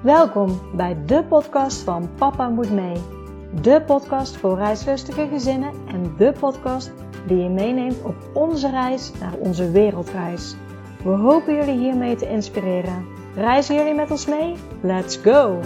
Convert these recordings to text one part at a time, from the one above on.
Welkom bij de podcast van Papa Moet Mee. De podcast voor reislustige gezinnen en de podcast die je meeneemt op onze reis naar onze wereldreis. We hopen jullie hiermee te inspireren. Reizen jullie met ons mee? Let's go!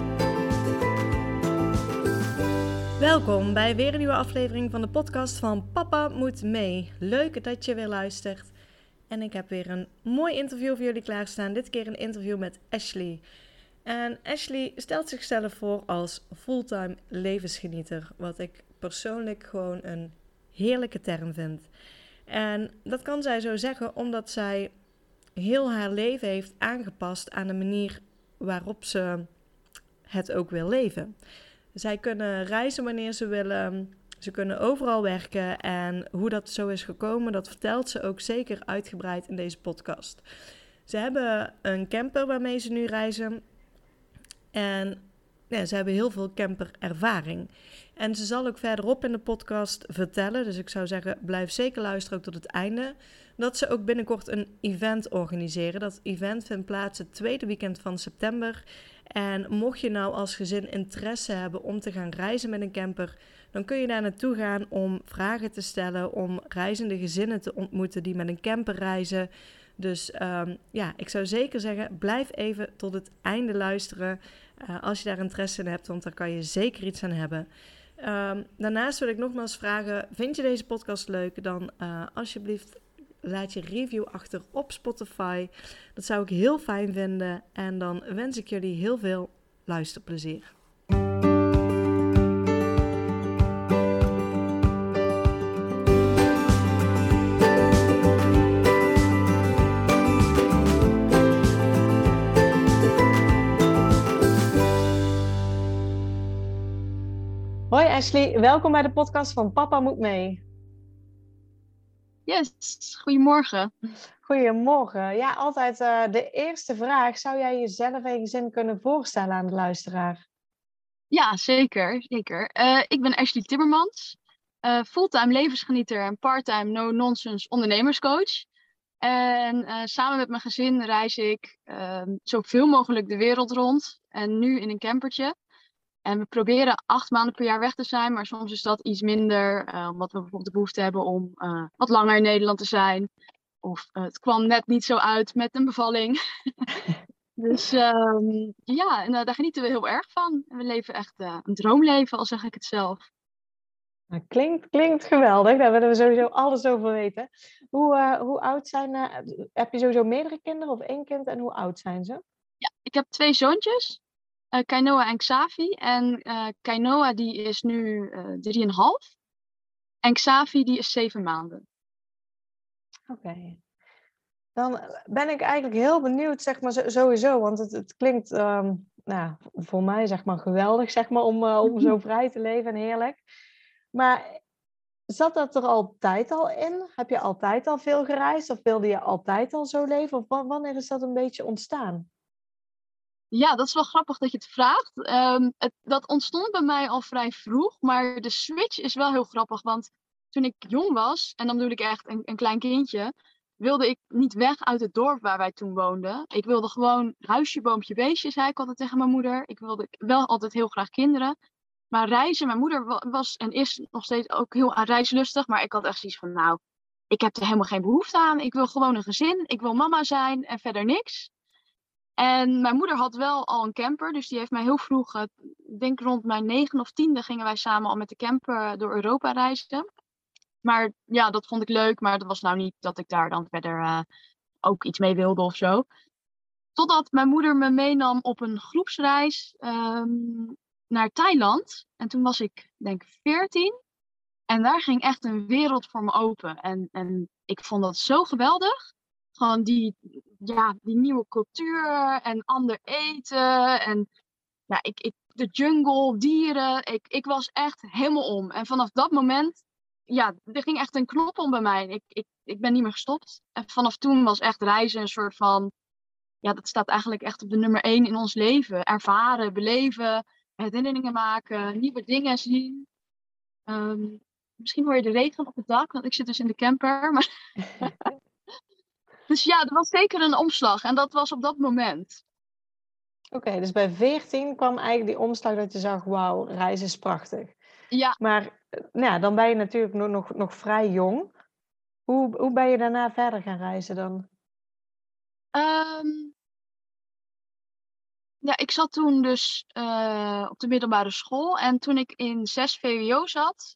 Welkom bij weer een nieuwe aflevering van de podcast van Papa Moet Mee. Leuk dat je weer luistert. En ik heb weer een mooi interview voor jullie klaarstaan. Dit keer een interview met Ashley. En Ashley stelt zichzelf voor als fulltime levensgenieter. Wat ik persoonlijk gewoon een heerlijke term vind. En dat kan zij zo zeggen omdat zij heel haar leven heeft aangepast aan de manier waarop ze het ook wil leven. Zij kunnen reizen wanneer ze willen. Ze kunnen overal werken. En hoe dat zo is gekomen, dat vertelt ze ook zeker uitgebreid in deze podcast. Ze hebben een camper waarmee ze nu reizen. En ja, ze hebben heel veel camperervaring. En ze zal ook verderop in de podcast vertellen, dus ik zou zeggen, blijf zeker luisteren ook tot het einde, dat ze ook binnenkort een event organiseren. Dat event vindt plaats het tweede weekend van september. En mocht je nou als gezin interesse hebben om te gaan reizen met een camper, dan kun je daar naartoe gaan om vragen te stellen, om reizende gezinnen te ontmoeten die met een camper reizen. Dus ik zou zeker zeggen, blijf even tot het einde luisteren als je daar interesse in hebt, want daar kan je zeker iets aan hebben. Daarnaast wil ik nogmaals vragen, vind je deze podcast leuk? Dan alsjeblieft laat je review achter op Spotify. Dat zou ik heel fijn vinden en dan wens ik jullie heel veel luisterplezier. Hoi Ashley, welkom bij de podcast van Papa Moet Mee. Yes, goedemorgen. Goedemorgen. Ja, altijd de eerste vraag. Zou jij jezelf en je gezin kunnen voorstellen aan de luisteraar? Ja, zeker. Ik ben Ashley Timmermans, fulltime levensgenieter en parttime no-nonsense ondernemerscoach. En samen met mijn gezin reis ik zoveel mogelijk de wereld rond en nu in een campertje. En we proberen 8 maanden per jaar weg te zijn, maar soms is dat iets minder, omdat we bijvoorbeeld de behoefte hebben om wat langer in Nederland te zijn. Of het kwam net niet zo uit met een bevalling. Dus daar genieten we heel erg van. We leven echt een droomleven, al zeg ik het zelf. Nou, klinkt geweldig, daar willen we sowieso alles over weten. Hoe oud zijn, heb je sowieso meerdere kinderen of 1 kind en hoe oud zijn ze? Ja, ik heb 2 zoontjes, Kainoa en Xavi. En Kainoa die is nu 3,5 en Xavi die is 7 maanden. Oké. Dan ben ik eigenlijk heel benieuwd, zeg maar, sowieso, want het klinkt voor mij zeg maar geweldig, zeg maar, om zo vrij te leven en heerlijk. Maar zat dat er altijd al in? Heb je altijd al veel gereisd of wilde je altijd al zo leven? Of wanneer is dat een beetje ontstaan? Ja, dat is wel grappig dat je het vraagt. Dat ontstond bij mij al vrij vroeg, maar de switch is wel heel grappig, want toen ik jong was, en dan bedoel ik echt een klein kindje, wilde ik niet weg uit het dorp waar wij toen woonden. Ik wilde gewoon huisje, boompje, beestje, zei ik altijd tegen mijn moeder. Ik wilde wel altijd heel graag kinderen. Maar reizen, mijn moeder was en is nog steeds ook heel reislustig, maar ik had echt zoiets van, nou, ik heb er helemaal geen behoefte aan. Ik wil gewoon een gezin, ik wil mama zijn en verder niks. En mijn moeder had wel al een camper, dus die heeft mij heel vroeg, ik denk rond mijn 9 of 10e gingen wij samen al met de camper door Europa reizen. Maar ja, dat vond ik leuk, maar dat was nou niet dat ik daar dan verder ook iets mee wilde of zo. Totdat mijn moeder me meenam op een groepsreis naar Thailand. En toen was ik, denk 14. En daar ging echt een wereld voor me open. En ik vond dat zo geweldig. Gewoon die nieuwe cultuur en ander eten. En ja, de jungle, dieren. Ik was echt helemaal om. En vanaf dat moment, ja, er ging echt een knop om bij mij. Ik ben niet meer gestopt. En vanaf toen was echt reizen een soort van, ja, dat staat eigenlijk echt op de nummer 1 in ons leven. Ervaren, beleven, herinneringen maken, nieuwe dingen zien. Misschien hoor je de regen op het dak, want ik zit dus in de camper. Maar dus ja, dat was zeker een omslag. En dat was op dat moment. Oké, dus bij 14 kwam eigenlijk die omslag dat je zag, wauw, reizen is prachtig. Ja, Maar dan ben je natuurlijk nog vrij jong. Hoe ben je daarna verder gaan reizen dan? ehm, ja, ik zat toen dus op de middelbare school. En toen ik in 6 VWO zat,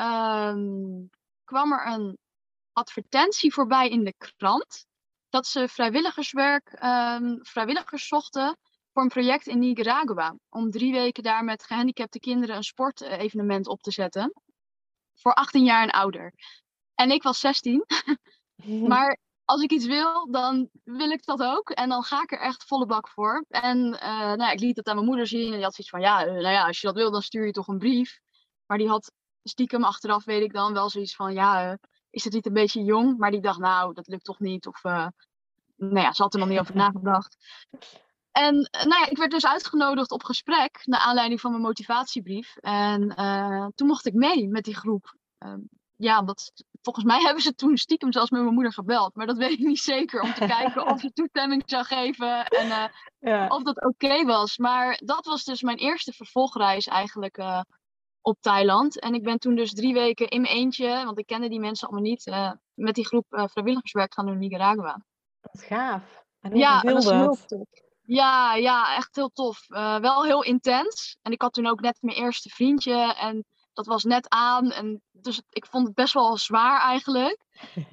kwam er een advertentie voorbij in de krant. Dat ze vrijwilligers zochten voor een project in Nicaragua. Om 3 weken daar met gehandicapte kinderen een sportevenement op te zetten. Voor 18 jaar en ouder. En ik was 16. Maar als ik iets wil, dan wil ik dat ook. En dan ga ik er echt volle bak voor. En ik liet het aan mijn moeder zien. En die had zoiets van, als je dat wil, dan stuur je toch een brief. Maar die had stiekem achteraf, weet ik dan, wel zoiets van, is het niet een beetje jong? Maar die dacht, nou, dat lukt toch niet. Of, ze had er nog niet over nagedacht. En ik werd dus uitgenodigd op gesprek, naar aanleiding van mijn motivatiebrief. En toen mocht ik mee met die groep. Volgens mij hebben ze toen stiekem zelfs met mijn moeder gebeld. Maar dat weet ik niet zeker. Om te kijken of ze toestemming zou geven. En of dat oké was. Maar dat was dus mijn eerste vervolgreis eigenlijk op Thailand. En ik ben toen dus 3 weken in mijn eentje. Want ik kende die mensen allemaal niet. Met die groep vrijwilligerswerk gaan doen in Nicaragua. Wat gaaf. En hoe Ja, dat beviel is heel dat? tof. Ja, echt heel tof. Wel heel intens. En ik had toen ook net mijn eerste vriendje. En dat was net aan. En dus ik vond het best wel zwaar eigenlijk.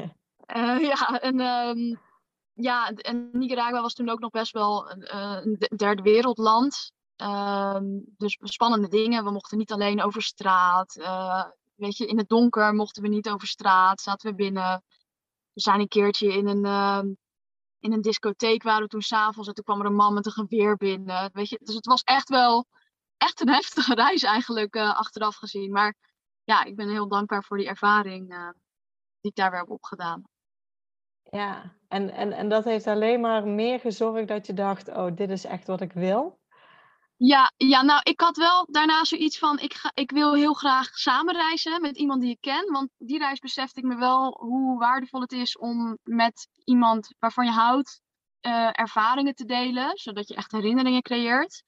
En Nicaragua was toen ook nog best wel een derde wereldland. Dus spannende dingen. We mochten niet alleen over straat. Weet je, in het donker mochten we niet over straat. Zaten we binnen. We zijn een keertje in een discotheek waren we toen s'avonds. En toen kwam er een man met een geweer binnen. Weet je, dus het was echt een heftige reis eigenlijk achteraf gezien. Maar ja, ik ben heel dankbaar voor die ervaring die ik daar weer heb opgedaan. Ja, en dat heeft alleen maar meer gezorgd dat je dacht, oh, dit is echt wat ik wil? Nou, ik had wel daarna zoiets van, ik wil heel graag samen reizen met iemand die ik ken. Want die reis besefte ik me wel hoe waardevol het is om met iemand waarvan je houdt ervaringen te delen. Zodat je echt herinneringen creëert.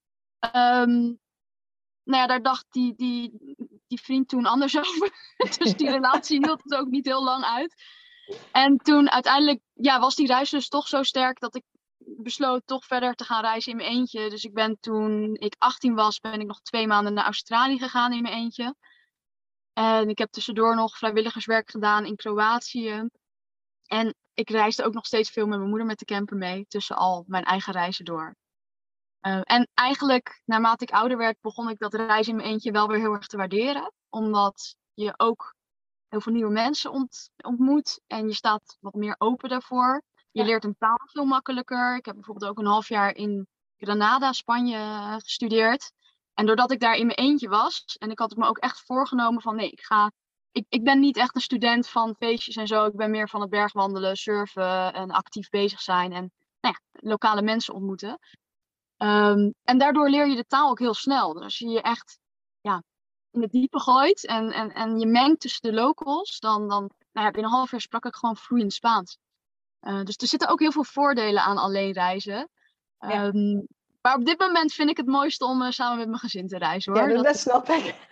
Daar dacht die vriend toen anders over. Dus die relatie hield het ook niet heel lang uit. En toen uiteindelijk was die reis dus toch zo sterk dat ik besloot toch verder te gaan reizen in mijn eentje. Dus toen ik 18 was, ben ik nog 2 maanden naar Australië gegaan in mijn eentje. En ik heb tussendoor nog vrijwilligerswerk gedaan in Kroatië. En ik reisde ook nog steeds veel met mijn moeder met de camper mee, tussen al mijn eigen reizen door. En eigenlijk, naarmate ik ouder werd, begon ik dat reizen in mijn eentje wel weer heel erg te waarderen. Omdat je ook heel veel nieuwe mensen ontmoet. En je staat wat meer open daarvoor. Je leert een taal veel makkelijker. Ik heb bijvoorbeeld ook een half jaar in Granada, Spanje gestudeerd. En doordat ik daar in mijn eentje was. En ik had het me ook echt voorgenomen van nee, ik ben niet echt een student van feestjes en zo. Ik ben meer van het bergwandelen, surfen en actief bezig zijn. En lokale mensen ontmoeten. En daardoor leer je de taal ook heel snel. Dus als je je echt in het diepe gooit en je mengt tussen de locals, dan binnen een half jaar sprak ik gewoon vloeiend Spaans. Dus er zitten ook heel veel voordelen aan alleen reizen. Maar op dit moment vind ik het mooiste om samen met mijn gezin te reizen, hoor. Ja, dat snap ik.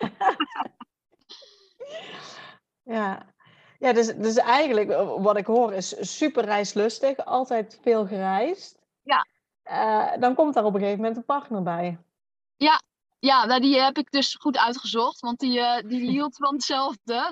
Ja, dus eigenlijk wat ik hoor is super reislustig, altijd veel gereisd. Ja. Dan komt daar op een gegeven moment een partner bij. Ja, die heb ik dus goed uitgezocht, want die hield van hetzelfde.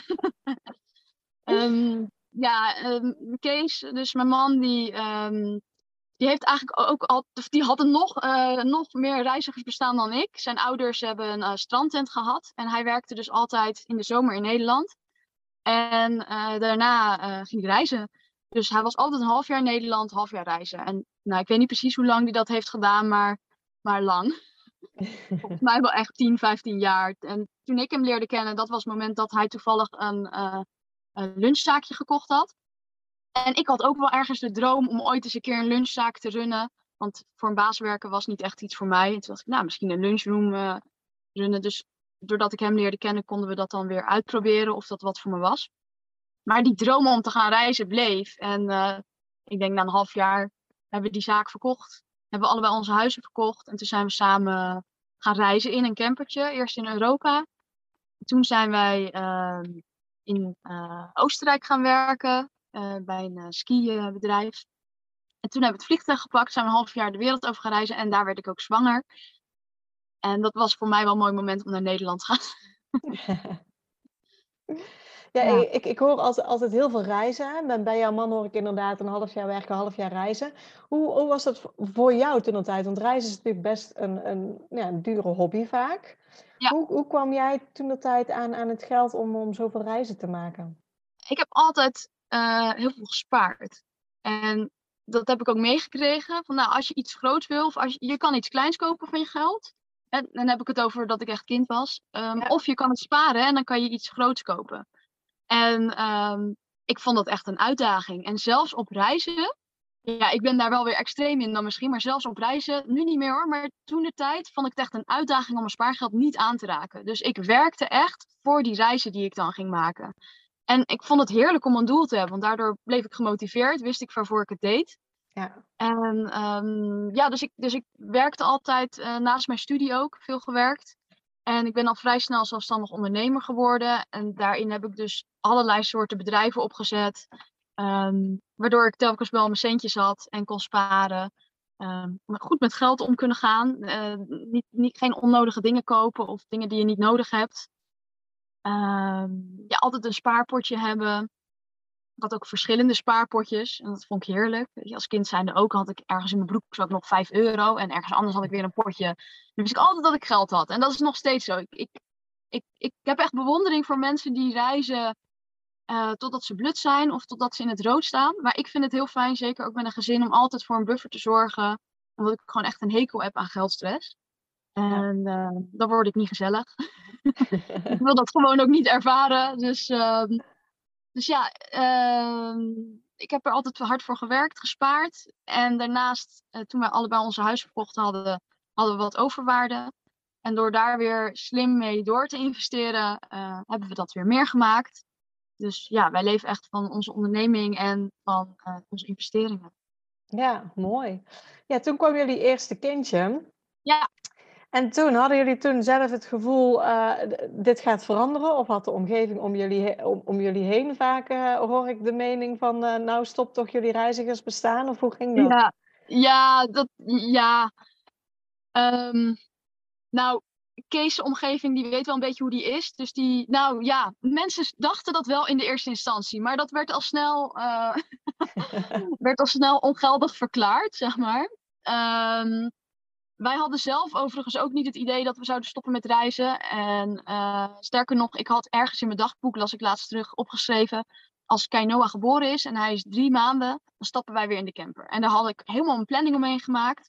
Kees, dus mijn man, die heeft eigenlijk ook al, die had een nog meer reizigersbestaan dan ik. Zijn ouders hebben een strandtent gehad en hij werkte dus altijd in de zomer in Nederland. En daarna ging hij reizen. Dus hij was altijd een half jaar in Nederland, half jaar reizen. En ik weet niet precies hoe lang hij dat heeft gedaan, maar lang. Volgens mij wel echt 10, 15 jaar. En toen ik hem leerde kennen, dat was het moment dat hij toevallig een lunchzaakje gekocht had. En ik had ook wel ergens de droom om ooit eens een keer een lunchzaak te runnen. Want voor een baas werken was niet echt iets voor mij. En toen dacht ik, misschien een lunchroom runnen. Dus doordat ik hem leerde kennen, konden we dat dan weer uitproberen of dat wat voor me was. Maar die droom om te gaan reizen bleef. En ik denk na een half jaar hebben we die zaak verkocht. hebben we allebei onze huizen verkocht. En toen zijn we samen gaan reizen in een campertje. Eerst in Europa. Toen zijn wij in Oostenrijk gaan werken. Bij een skibedrijf. En toen hebben we het vliegtuig gepakt. Zijn we een half jaar de wereld over gaan reizen. En daar werd ik ook zwanger. En dat was voor mij wel een mooi moment om naar Nederland te gaan. Ja, Ja. ik hoor altijd heel veel reizen. Bij jouw man hoor ik inderdaad een half jaar werken, een half jaar reizen. Hoe was dat voor jou toen de tijd? Want reizen is natuurlijk best een dure hobby vaak. Ja. Hoe kwam jij toen de tijd aan het geld om zoveel reizen te maken? Ik heb altijd heel veel gespaard. En dat heb ik ook meegekregen. Van, nou, als je iets groots wil, of je kan iets kleins kopen van je geld. En dan heb ik het over dat ik echt kind was. Of je kan het sparen en dan kan je iets groots kopen. En ik vond dat echt een uitdaging. En zelfs op reizen, ja, ik ben daar wel weer extreem in dan misschien, maar zelfs op reizen, nu niet meer hoor, maar toen de tijd vond ik het echt een uitdaging om mijn spaargeld niet aan te raken. Dus ik werkte echt voor die reizen die ik dan ging maken. En ik vond het heerlijk om een doel te hebben, want daardoor bleef ik gemotiveerd, wist ik waarvoor ik het deed. Ja. En dus ik werkte altijd naast mijn studie ook, veel gewerkt. En ik ben al vrij snel zelfstandig ondernemer geworden. En daarin heb ik dus allerlei soorten bedrijven opgezet. Waardoor ik telkens wel mijn centjes had en kon sparen. Goed met geld om kunnen gaan. Geen onnodige dingen kopen of dingen die je niet nodig hebt. Altijd een spaarpotje hebben. Ik had ook verschillende spaarpotjes. En dat vond ik heerlijk. Weet je, als kind zijnde ook had ik ergens in mijn broekzak nog €5. En ergens anders had ik weer een potje. Dan wist ik altijd dat ik geld had. En dat is nog steeds zo. Ik heb echt bewondering voor mensen die reizen totdat ze blut zijn of totdat ze in het rood staan. Maar ik vind het heel fijn, zeker ook met een gezin, om altijd voor een buffer te zorgen. Omdat ik gewoon echt een hekel heb aan geldstress. En dan word ik niet gezellig. Ik wil dat gewoon ook niet ervaren. Dus ja, ik heb er altijd hard voor gewerkt, gespaard. En daarnaast, toen wij allebei onze huis verkocht hadden, hadden we wat overwaarde. En door daar weer slim mee door te investeren, hebben we dat weer meer gemaakt. Dus ja, wij leven echt van onze onderneming en van onze investeringen. Ja, mooi. Ja, toen kwam jullie eerste kindje. Ja. En toen, hadden jullie zelf het gevoel, dit gaat veranderen? Of had de omgeving om jullie heen vaak, hoor ik de mening van, nou stop toch jullie reizigersbestaan? Of hoe ging dat? Ja. Nou, Kees' omgeving, die weet wel een beetje hoe die is. Dus mensen dachten dat wel in de eerste instantie. Maar dat werd al snel, ongeldig verklaard, zeg maar. Wij hadden zelf overigens ook niet het idee dat we zouden stoppen met reizen. En sterker nog, ik had ergens in mijn dagboek, las ik laatst terug, opgeschreven: als Kai Noah geboren is en hij is 3 maanden, dan stappen wij weer in de camper. En daar had ik helemaal een planning omheen gemaakt.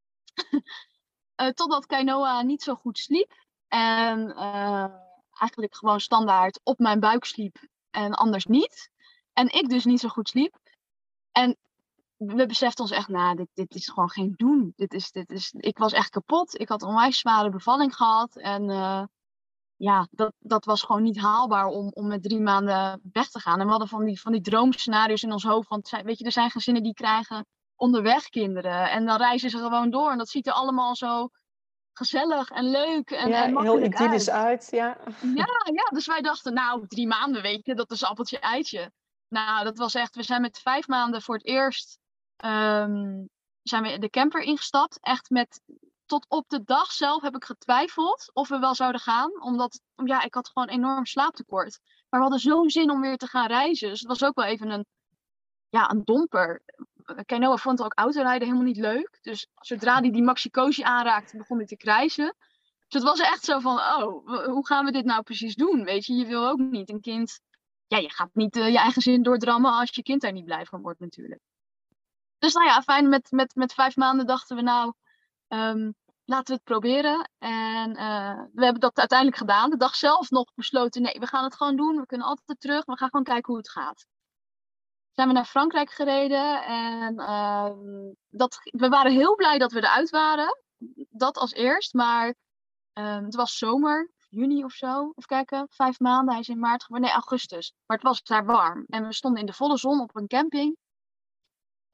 Totdat Kai Noah niet zo goed sliep. En eigenlijk gewoon standaard op mijn buik sliep en anders niet. En ik dus niet zo goed sliep. En we beseften ons echt, dit is gewoon geen doen. Ik was echt kapot. Ik had een onwijs zware bevalling gehad. En dat was gewoon niet haalbaar om met 3 maanden weg te gaan. En we hadden van die droomscenario's in ons hoofd. Want weet je, er zijn gezinnen die krijgen onderweg kinderen. En dan reizen ze gewoon door. En dat ziet er allemaal zo gezellig en leuk en heel idyllisch uit. Ja. Ja, dus wij dachten, 3 maanden, weet je, dat is appeltje eitje. Nou, dat was echt, we zijn met 5 maanden voor het eerst zijn we de camper ingestapt. Echt tot op de dag zelf heb ik getwijfeld of we wel zouden gaan. Omdat, ik had gewoon enorm slaaptekort. Maar we hadden zo'n zin om weer te gaan reizen. Dus het was ook wel even een domper. Kai Noah vond ook autorijden helemaal niet leuk. Dus zodra hij die Maxi-Cosi aanraakte, begon hij te krijsen. Dus het was echt zo van, hoe gaan we dit nou precies doen? Weet je, je wil ook niet een kind... Ja, je gaat niet je eigen zin doordrammen als je kind daar niet blij van wordt natuurlijk. Dus fijn, met 5 maanden dachten we laten we het proberen. En we hebben dat uiteindelijk gedaan. De dag zelf nog besloten, nee, we gaan het gewoon doen. We kunnen altijd terug, we gaan gewoon kijken hoe het gaat. Zijn we naar Frankrijk gereden en we waren heel blij dat we eruit waren. Dat als eerst, maar het was zomer, juni of zo. Even kijken, 5 maanden, hij is in maart geworden. Nee, augustus. Maar het was daar warm. En we stonden in de volle zon op een camping.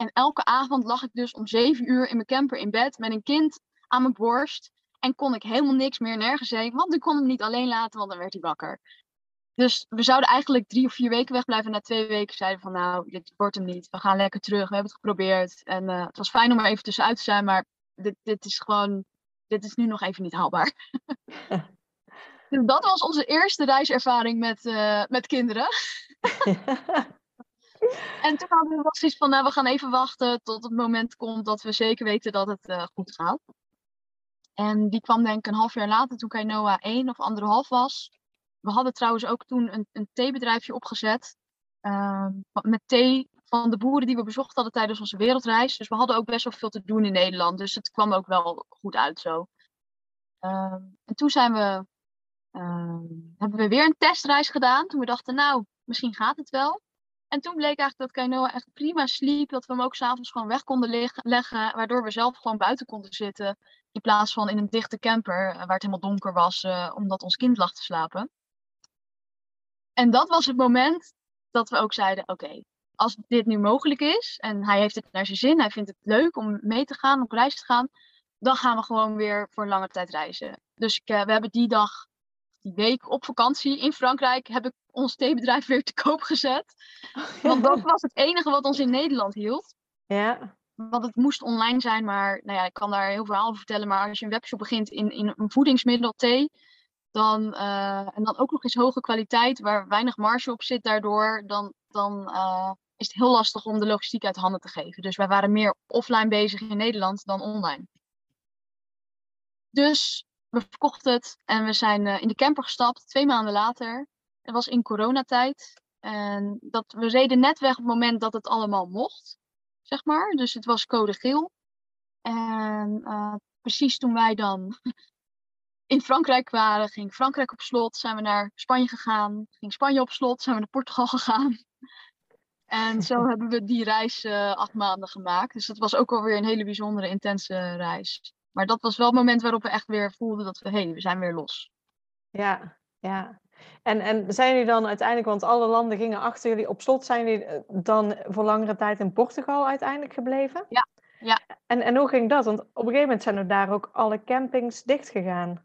En elke avond lag ik dus om 7 uur in mijn camper in bed met een kind aan mijn borst. En kon ik helemaal niks meer, nergens heen. Want ik kon hem niet alleen laten, want dan werd hij wakker. Dus we zouden eigenlijk 3 of 4 weken wegblijven. Na 2 weken zeiden we van nou, dit wordt hem niet. We gaan lekker terug. We hebben het geprobeerd. En het was fijn om er even tussenuit te zijn. Maar dit is nu nog even niet haalbaar. Dus dat was onze eerste reiservaring met kinderen. En toen hadden we wel zoiets van, nou, we gaan even wachten tot het moment komt dat we zeker weten dat het goed gaat. En die kwam denk ik een half jaar later, toen Kainoa 1 of 1,5 was. We hadden trouwens ook toen een theebedrijfje opgezet. Met thee van de boeren die we bezocht hadden tijdens onze wereldreis. Dus we hadden ook best wel veel te doen in Nederland. Dus het kwam ook wel goed uit zo. En toen hebben we weer een testreis gedaan. Toen we dachten, nou, misschien gaat het wel. En toen bleek eigenlijk dat Kainoa echt prima sliep. Dat we hem ook 's avonds gewoon weg konden leggen. Waardoor we zelf gewoon buiten konden zitten. In plaats van in een dichte camper, waar het helemaal donker was. Omdat ons kind lag te slapen. En dat was het moment dat we ook zeiden, oké, als dit nu mogelijk is. En hij heeft het naar zijn zin. Hij vindt het leuk om mee te gaan, op reis te gaan. Dan gaan we gewoon weer voor een lange tijd reizen. Dus we hebben die week op vakantie in Frankrijk, heb ik ons theebedrijf weer te koop gezet. Want dat was het enige wat ons in Nederland hield. Ja. Want het moest online zijn, maar nou ja, ik kan daar heel verhaal over vertellen. Maar als je een webshop begint in een voedingsmiddel, thee, en dan ook nog eens hoge kwaliteit, waar weinig marge op zit daardoor, dan is het heel lastig om de logistiek uit handen te geven. Dus wij waren meer offline bezig in Nederland dan online. Dus we verkochten het en we zijn in de camper gestapt, 2 maanden later. Het was in coronatijd. En we reden net weg op het moment dat het allemaal mocht, zeg maar. Dus het was code geel. En precies toen wij dan in Frankrijk waren, ging Frankrijk op slot. Zijn we naar Spanje gegaan. Ging Spanje op slot. Zijn we naar Portugal gegaan. En zo hebben we die reis 8 maanden gemaakt. Dus dat was ook alweer een hele bijzondere, intense reis. Maar dat was wel het moment waarop we echt weer voelden dat we zijn weer los. Ja, ja. En zijn jullie dan uiteindelijk, want alle landen gingen achter jullie op slot, zijn jullie dan voor langere tijd in Portugal uiteindelijk gebleven? Ja, ja. En hoe ging dat? Want op een gegeven moment zijn er daar ook alle campings dicht gegaan.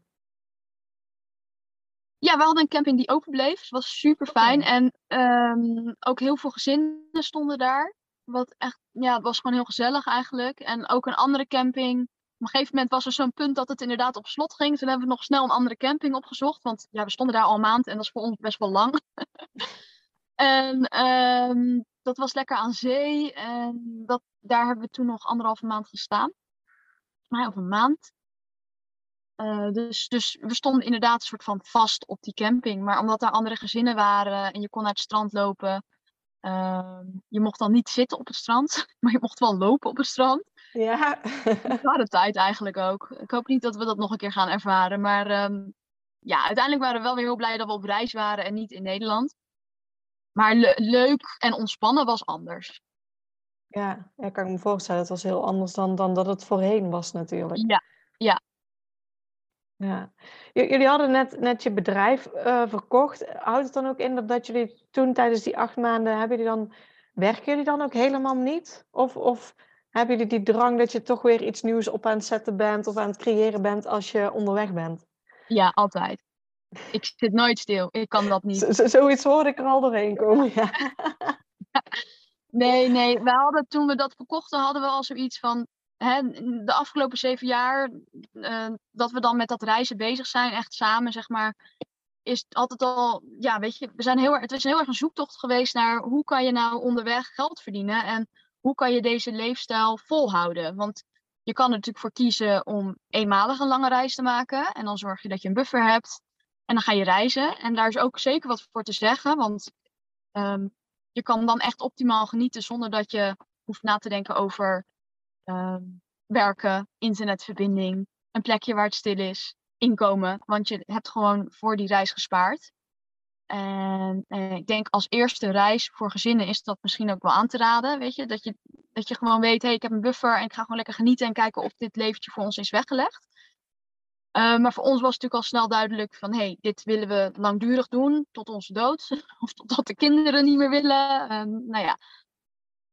Ja, we hadden een camping die open bleef. Het was super fijn. En ook heel veel gezinnen stonden daar. Wat echt, ja, het was gewoon heel gezellig eigenlijk. En ook een andere camping. Op een gegeven moment was er zo'n punt dat het inderdaad op slot ging. Toen hebben we nog snel een andere camping opgezocht. Want ja, we stonden daar al een maand en dat is voor ons best wel lang. En dat was lekker aan zee. En daar hebben we toen nog 1,5 maand gestaan. Of een maand. Dus we stonden inderdaad een soort van vast op die camping. Maar omdat daar andere gezinnen waren en je kon naar het strand lopen. Je mocht dan niet zitten op het strand, maar je mocht wel lopen op het strand. Ja. Dat was de tijd eigenlijk ook. Ik hoop niet dat we dat nog een keer gaan ervaren. Maar ja, uiteindelijk waren we wel weer heel blij dat we op reis waren en niet in Nederland. Maar leuk en ontspannen was anders. Ja, kan ik me voorstellen. Het was heel anders dan dat het voorheen was natuurlijk. Ja, ja. Ja. Jullie hadden net je bedrijf verkocht. Houdt het dan ook in dat jullie toen tijdens die 8 maanden, werken jullie dan ook helemaal niet? Of hebben jullie die drang dat je toch weer iets nieuws op aan het zetten bent of aan het creëren bent als je onderweg bent? Ja, altijd. Ik zit nooit stil. Ik kan dat niet. Zoiets hoorde ik er al doorheen komen. Ja. Nee. Toen we dat verkochten, hadden we al zoiets van de afgelopen 7 jaar dat we dan met dat reizen bezig zijn, echt samen, zeg maar, is het altijd al, ja, weet je, het is heel erg een zoektocht geweest naar hoe kan je nou onderweg geld verdienen en hoe kan je deze leefstijl volhouden. Want je kan er natuurlijk voor kiezen om eenmalig een lange reis te maken en dan zorg je dat je een buffer hebt en dan ga je reizen. En daar is ook zeker wat voor te zeggen, want je kan dan echt optimaal genieten zonder dat je hoeft na te denken over werken, internetverbinding, een plekje waar het stil is, inkomen. Want je hebt gewoon voor die reis gespaard. En ik denk als eerste reis voor gezinnen is dat misschien ook wel aan te raden. Weet je? Dat je gewoon weet, ik heb een buffer en ik ga gewoon lekker genieten en kijken of dit leventje voor ons is weggelegd. Maar voor ons was het natuurlijk al snel duidelijk van, dit willen we langdurig doen, tot onze dood. Of totdat de kinderen niet meer willen. Nou ja.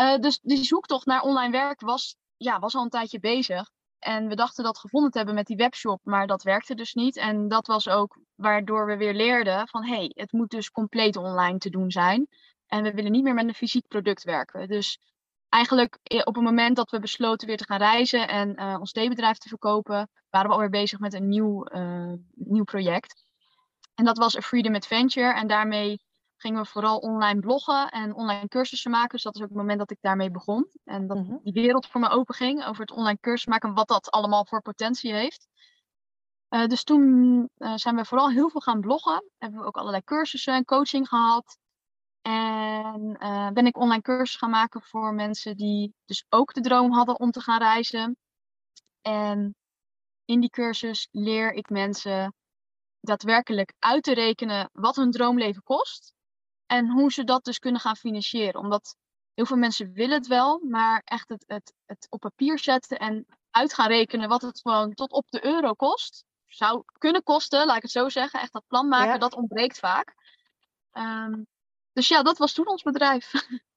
Dus die zoektocht naar online werk was al een tijdje bezig. En we dachten dat gevonden te hebben met die webshop, maar dat werkte dus niet. En dat was ook waardoor we weer leerden van het moet dus compleet online te doen zijn. En we willen niet meer met een fysiek product werken. Dus eigenlijk op het moment dat we besloten weer te gaan reizen en ons theebedrijf te verkopen, waren we alweer bezig met een nieuw project. En dat was A Freedom Adventure. En daarmee gingen we vooral online bloggen en online cursussen maken. Dus dat is ook het moment dat ik daarmee begon. En dat die wereld voor me open ging over het online cursus maken en wat dat allemaal voor potentie heeft. Dus toen zijn we vooral heel veel gaan bloggen. Hebben we ook allerlei cursussen en coaching gehad. En ben ik online cursussen gaan maken voor mensen die dus ook de droom hadden om te gaan reizen. En in die cursus leer ik mensen daadwerkelijk uit te rekenen wat hun droomleven kost. En hoe ze dat dus kunnen gaan financieren. Omdat heel veel mensen willen het wel, maar echt het op papier zetten en uit gaan rekenen wat het gewoon tot op de euro kost. Zou kunnen kosten, laat ik het zo zeggen. Echt dat plan maken, dat ontbreekt vaak. Dus dat was toen ons bedrijf.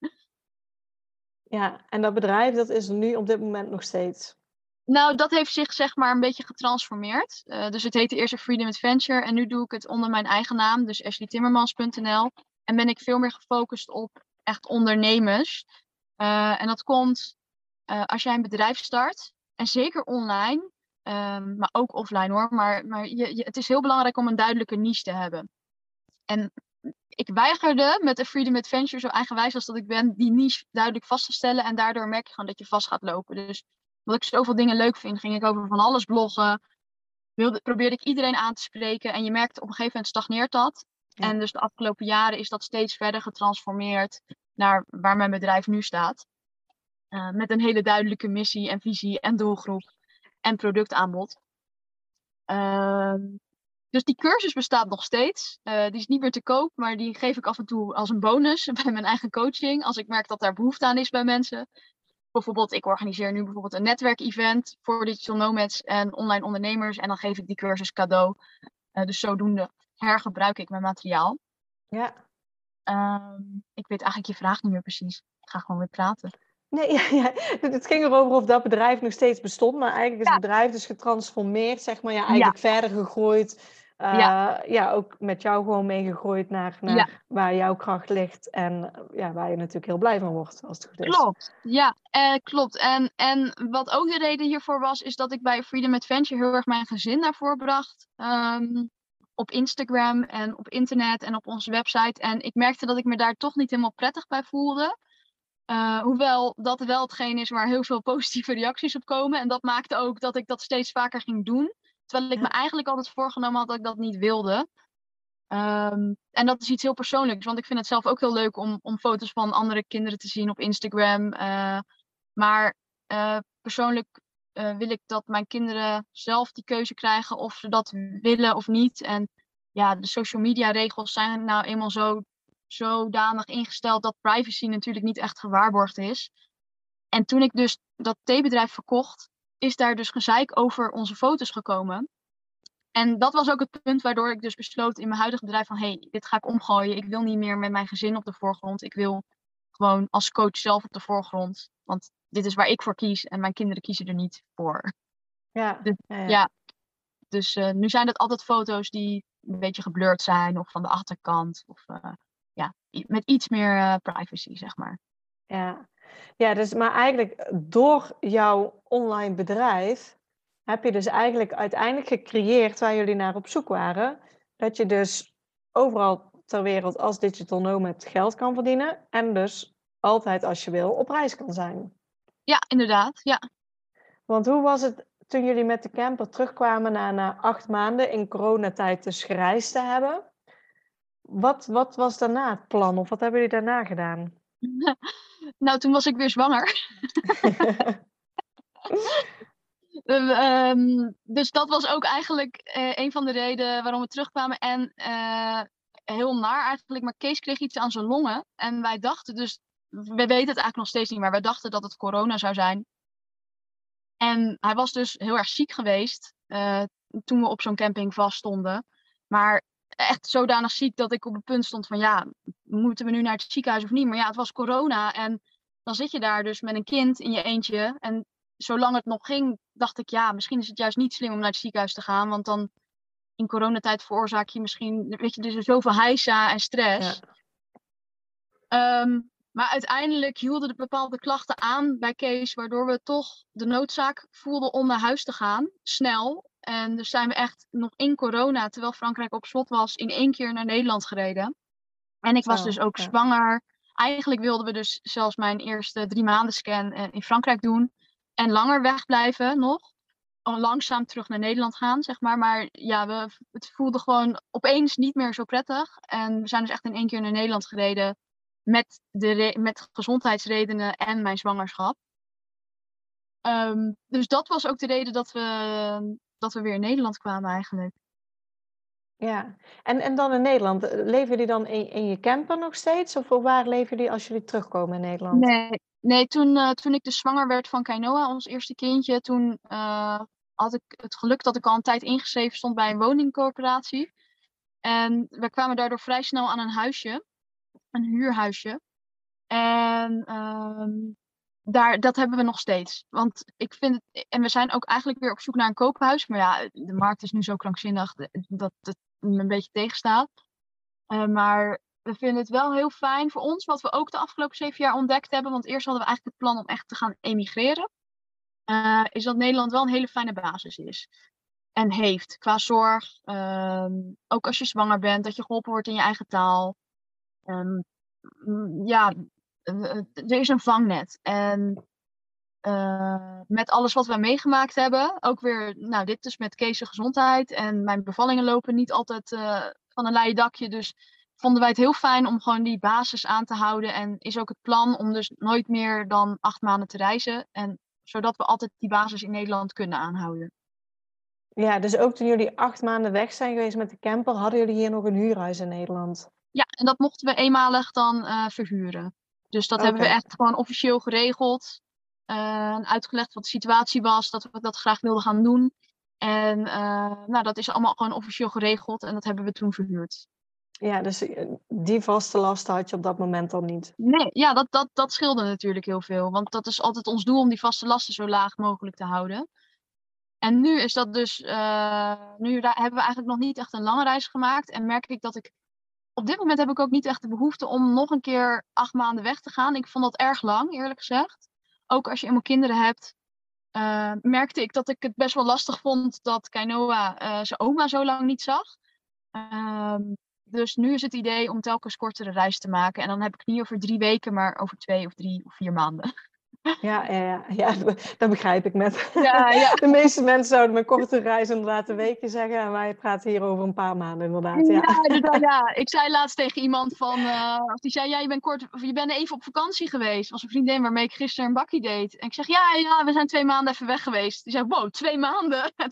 Ja, en dat bedrijf, dat is er nu op dit moment nog steeds? Nou, dat heeft zich zeg maar een beetje getransformeerd. Dus het heette eerst Freedom Adventure en nu doe ik het onder mijn eigen naam, dus ashleytimmermans.nl. En ben ik veel meer gefocust op echt ondernemers. En dat komt als jij een bedrijf start, en zeker online, maar ook offline hoor. Maar het is heel belangrijk om een duidelijke niche te hebben. En ik weigerde met de Freedom Adventure, zo eigenwijs als dat ik ben, die niche duidelijk vast te stellen. En daardoor merk je gewoon dat je vast gaat lopen. Dus omdat ik zoveel dingen leuk vind, ging ik over van alles bloggen. Probeerde ik iedereen aan te spreken. En je merkt op een gegeven moment stagneert dat. Ja. En dus de afgelopen jaren is dat steeds verder getransformeerd naar waar mijn bedrijf nu staat. Met een hele duidelijke missie en visie en doelgroep en productaanbod. Dus die cursus bestaat nog steeds. Die is niet meer te koop, maar die geef ik af en toe als een bonus bij mijn eigen coaching. Als ik merk dat daar behoefte aan is bij mensen. Bijvoorbeeld, ik organiseer nu bijvoorbeeld een netwerkevent voor digital nomads en online ondernemers. En dan geef ik die cursus cadeau. Dus zodoende hergebruik ik mijn materiaal. Ja. Ik weet eigenlijk je vraag niet meer precies. Ik ga gewoon weer praten. Nee, het ging erover of dat bedrijf nog steeds bestond. Maar eigenlijk is het bedrijf dus getransformeerd, zeg maar. Ja, eigenlijk verder gegroeid. Ook met jou gewoon meegegroeid naar waar jouw kracht ligt. En waar je natuurlijk heel blij van wordt, als het goed is. Klopt, klopt. En wat ook de reden hiervoor was, is dat ik bij Freedom Adventure heel erg mijn gezin naar voren bracht. Op Instagram en op internet en op onze website. En ik merkte dat ik me daar toch niet helemaal prettig bij voelde. Hoewel dat wel hetgeen is waar heel veel positieve reacties op komen. En dat maakte ook dat ik dat steeds vaker ging doen. Terwijl ik me eigenlijk altijd voorgenomen had dat ik dat niet wilde. En dat is iets heel persoonlijks. Want ik vind het zelf ook heel leuk om foto's van andere kinderen te zien op Instagram. Maar persoonlijk wil ik dat mijn kinderen zelf die keuze krijgen of ze dat willen of niet. En de social media regels zijn nou eenmaal zodanig ingesteld dat privacy natuurlijk niet echt gewaarborgd is. En toen ik dus dat theebedrijf verkocht, is daar dus gezeik over onze foto's gekomen. En dat was ook het punt waardoor ik dus besloot in mijn huidige bedrijf van dit ga ik omgooien. Ik wil niet meer met mijn gezin op de voorgrond. Ik wil gewoon als coach zelf op de voorgrond. Want dit is waar ik voor kies en mijn kinderen kiezen er niet voor. Dus nu zijn dat altijd foto's die een beetje geblurred zijn of van de achterkant. Of met iets meer privacy, zeg maar. Ja, dus maar eigenlijk door jouw online bedrijf heb je dus eigenlijk uiteindelijk gecreëerd waar jullie naar op zoek waren. Dat je dus overal ter wereld als digital nomad geld kan verdienen. En dus altijd als je wil op reis kan zijn. Ja, inderdaad. Ja. Want hoe was het toen jullie met de camper terugkwamen na 8 maanden in coronatijd dus gereisd te hebben? Wat was daarna het plan? Of wat hebben jullie daarna gedaan? Nou, toen was ik weer zwanger. Dus dat was ook eigenlijk een van de redenen waarom we terugkwamen. En heel naar eigenlijk, maar Kees kreeg iets aan zijn longen. En wij dachten dus, we weten het eigenlijk nog steeds niet, maar wij dachten dat het corona zou zijn. En hij was dus heel erg ziek geweest toen we op zo'n camping vaststonden. Maar echt zodanig ziek dat ik op het punt stond van moeten we nu naar het ziekenhuis of niet? Maar het was corona en dan zit je daar dus met een kind in je eentje. En zolang het nog ging, dacht ik, ja, misschien is het juist niet slim om naar het ziekenhuis te gaan. Want dan in coronatijd veroorzaak je misschien, weet je, dus zoveel heisa en stress. Ja. Maar uiteindelijk hielden de bepaalde klachten aan bij Kees, waardoor we toch de noodzaak voelden om naar huis te gaan, snel. En dus zijn we echt nog in corona, terwijl Frankrijk op slot was, in 1 keer naar Nederland gereden. En ik was Zo, dus ook ja. zwanger. Eigenlijk wilden we dus zelfs mijn eerste 3 maanden scan in Frankrijk doen. En langer wegblijven nog. Langzaam terug naar Nederland gaan, zeg maar. Maar ja, het voelde gewoon opeens niet meer zo prettig. En we zijn dus echt in 1 keer naar Nederland gereden. Met gezondheidsredenen en mijn zwangerschap. Dus dat was ook de reden dat we weer in Nederland kwamen eigenlijk. Ja, en dan in Nederland, leven jullie dan in je camper nog steeds? Of waar leven jullie als jullie terugkomen in Nederland? Nee, toen ik dus zwanger werd van Kainoa, ons eerste kindje, toen had ik het geluk dat ik al een tijd ingeschreven stond bij een woningcorporatie. En we kwamen daardoor vrij snel aan een huisje, een huurhuisje. En dat hebben we nog steeds. Want ik vind het, en we zijn ook eigenlijk weer op zoek naar een koophuis. Maar ja, de markt is nu zo krankzinnig dat het me een beetje tegenstaat. Maar we vinden het wel heel fijn voor ons, wat we ook de afgelopen 7 jaar ontdekt hebben. Want eerst hadden we eigenlijk het plan om echt te gaan emigreren. Is dat Nederland wel een hele fijne basis is. En heeft qua zorg. Ook als je zwanger bent, dat je geholpen wordt in je eigen taal. Ja, er is een vangnet. En met alles wat wij meegemaakt hebben, ook weer, nou, dit dus met Kees' gezondheid. En mijn bevallingen lopen niet altijd van een leien dakje. Dus vonden wij het heel fijn om gewoon die basis aan te houden. En is ook het plan om dus nooit meer dan 8 maanden te reizen. En zodat we altijd die basis in Nederland kunnen aanhouden. Ja, dus ook toen jullie 8 maanden weg zijn geweest met de camper, hadden jullie hier nog een huurhuis in Nederland? Ja, en dat mochten we eenmalig dan verhuren. Dus dat hebben we echt gewoon officieel geregeld. Uitgelegd wat de situatie was, dat we dat graag wilden gaan doen. En nou, dat is allemaal gewoon officieel geregeld en dat hebben we toen verhuurd. Ja, dus die vaste lasten had je op dat moment al niet? Nee, ja, dat scheelde natuurlijk heel veel. Want dat is altijd ons doel om die vaste lasten zo laag mogelijk te houden. En nu is dat dus, hebben we eigenlijk nog niet echt een lange reis gemaakt. En merk ik dat op dit moment heb ik ook niet echt de behoefte om nog een keer 8 maanden weg te gaan. Ik vond dat erg lang, eerlijk gezegd. Ook als je eenmaal kinderen hebt, merkte ik dat ik het best wel lastig vond dat Kainoa zijn oma zo lang niet zag. Dus nu is het idee om telkens kortere reis te maken. En dan heb ik het niet over 3 weken, maar over 2 of 3 of 4 maanden. Ja, dat begrijp ik net. Ja. De meeste mensen zouden met korte reis inderdaad een weekje zeggen. En wij praten hier over een paar maanden inderdaad. Ja, ik zei laatst tegen iemand die zei, ja, je bent even op vakantie geweest. Dat was een vriendin waarmee ik gisteren een bakkie deed. En ik zeg, ja, we zijn 2 maanden even weg geweest. Die zei, wow, 2 maanden? En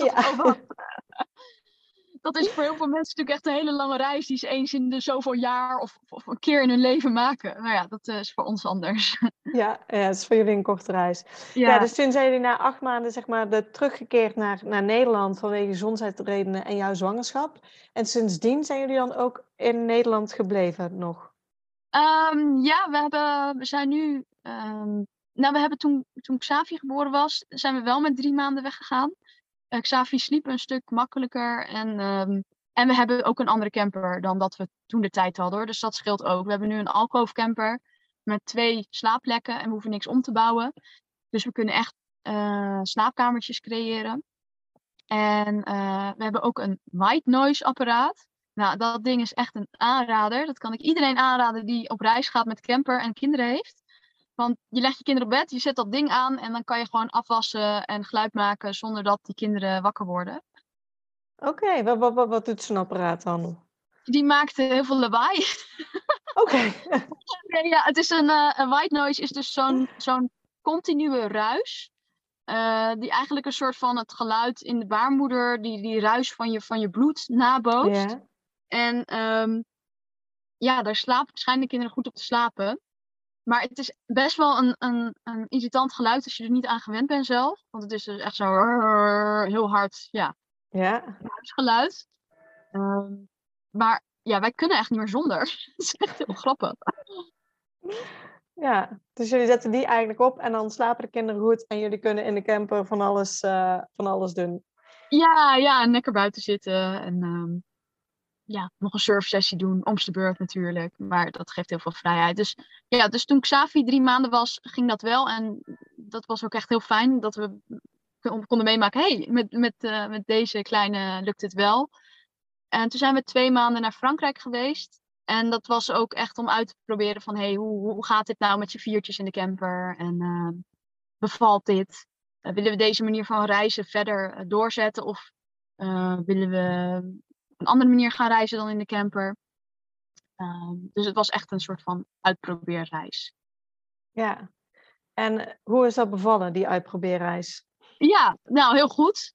dat is voor heel veel mensen natuurlijk echt een hele lange reis die ze eens in de zoveel jaar of een keer in hun leven maken. Nou ja, dat is voor ons anders. Ja, het is voor jullie een korte reis. Ja. Dus toen zijn jullie na 8 maanden zeg maar teruggekeerd naar Nederland vanwege gezondheidsredenen en jouw zwangerschap. En sindsdien zijn jullie dan ook in Nederland gebleven nog? We zijn nu... we hebben toen Xavi geboren was, zijn we wel met 3 maanden weggegaan. Xavi sliep een stuk makkelijker en we hebben ook een andere camper dan dat we toen de tijd hadden, hoor. Dus dat scheelt ook. We hebben nu een alcove camper met 2 slaapplekken en we hoeven niks om te bouwen. Dus we kunnen echt slaapkamertjes creëren. En we hebben ook een white noise apparaat. Nou, dat ding is echt een aanrader. Dat kan ik iedereen aanraden die op reis gaat met camper en kinderen heeft. Want je legt je kinderen op bed, je zet dat ding aan en dan kan je gewoon afwassen en geluid maken zonder dat die kinderen wakker worden. Oké, wat doet zo'n apparaat dan? Die maakt heel veel lawaai. Oké. Ja, het is een white noise is dus zo'n continue ruis. Die eigenlijk een soort van het geluid in de baarmoeder, die ruis van je bloed nabootst. Ja. En daar schijnen de kinderen goed op te slapen. Maar het is best wel een irritant geluid als je er niet aan gewend bent zelf. Want het is dus echt zo heel hard, geluid. Maar ja, wij kunnen echt niet meer zonder. Het is echt heel grappig. Ja, dus jullie zetten die eigenlijk op en dan slapen de kinderen goed en jullie kunnen in de camper van alles doen. Ja, en lekker buiten zitten. En nog een surfsessie doen, om de beurt natuurlijk. Maar dat geeft heel veel vrijheid. Dus toen Xavi 3 maanden was, ging dat wel. En dat was ook echt heel fijn dat we konden meemaken. Hey, met deze kleine lukt het wel. En toen zijn we 2 maanden naar Frankrijk geweest. En dat was ook echt om uit te proberen van... Hey, hoe gaat dit nou met z'n viertjes in de camper? En bevalt dit? Willen we deze manier van reizen verder doorzetten? Of willen we op een andere manier gaan reizen dan in de camper? Dus het was echt een soort van uitprobeerreis. Ja. En hoe is dat bevallen, die uitprobeerreis? Ja, nou heel goed.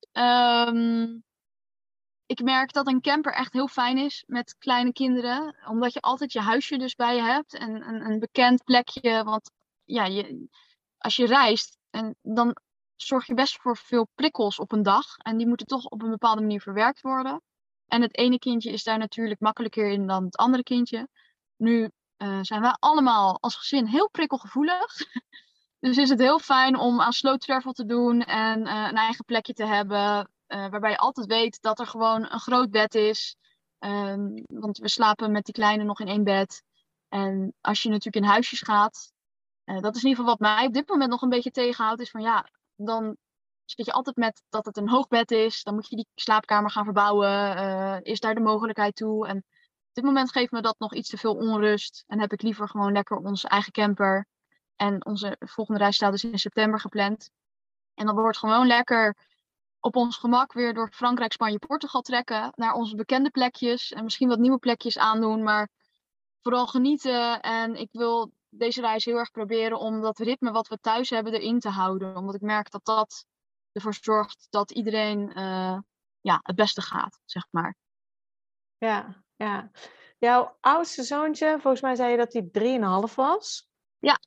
Ik merk dat een camper echt heel fijn is met kleine kinderen. Omdat je altijd je huisje dus bij je hebt. En een bekend plekje. Want ja, als je reist, dan zorg je best voor veel prikkels op een dag. En die moeten toch op een bepaalde manier verwerkt worden. En het ene kindje is daar natuurlijk makkelijker in dan het andere kindje. Nu zijn wij allemaal als gezin heel prikkelgevoelig. Dus is het heel fijn om aan slow travel te doen en een eigen plekje te hebben. Waarbij je altijd weet dat er gewoon een groot bed is. Want we slapen met die kleine nog in 1 bed. En als je natuurlijk in huisjes gaat, dat is in ieder geval wat mij op dit moment nog een beetje tegenhoudt. Is van ja, dan zit je altijd met dat het een hoog bed is. Dan moet je die slaapkamer gaan verbouwen. Is daar de mogelijkheid toe? En op dit moment geeft me dat nog iets te veel onrust. En heb ik liever gewoon lekker onze eigen camper. En onze volgende reis staat dus in september gepland. En dan wordt gewoon lekker op ons gemak weer door Frankrijk, Spanje, Portugal trekken. Naar onze bekende plekjes. En misschien wat nieuwe plekjes aandoen. Maar vooral genieten. En ik wil deze reis heel erg proberen om dat ritme wat we thuis hebben erin te houden. Omdat ik merk dat dat ervoor zorgt dat iedereen het beste gaat, zeg maar. Ja, ja. Jouw oudste zoontje, volgens mij zei je dat hij 3,5 was. Ja.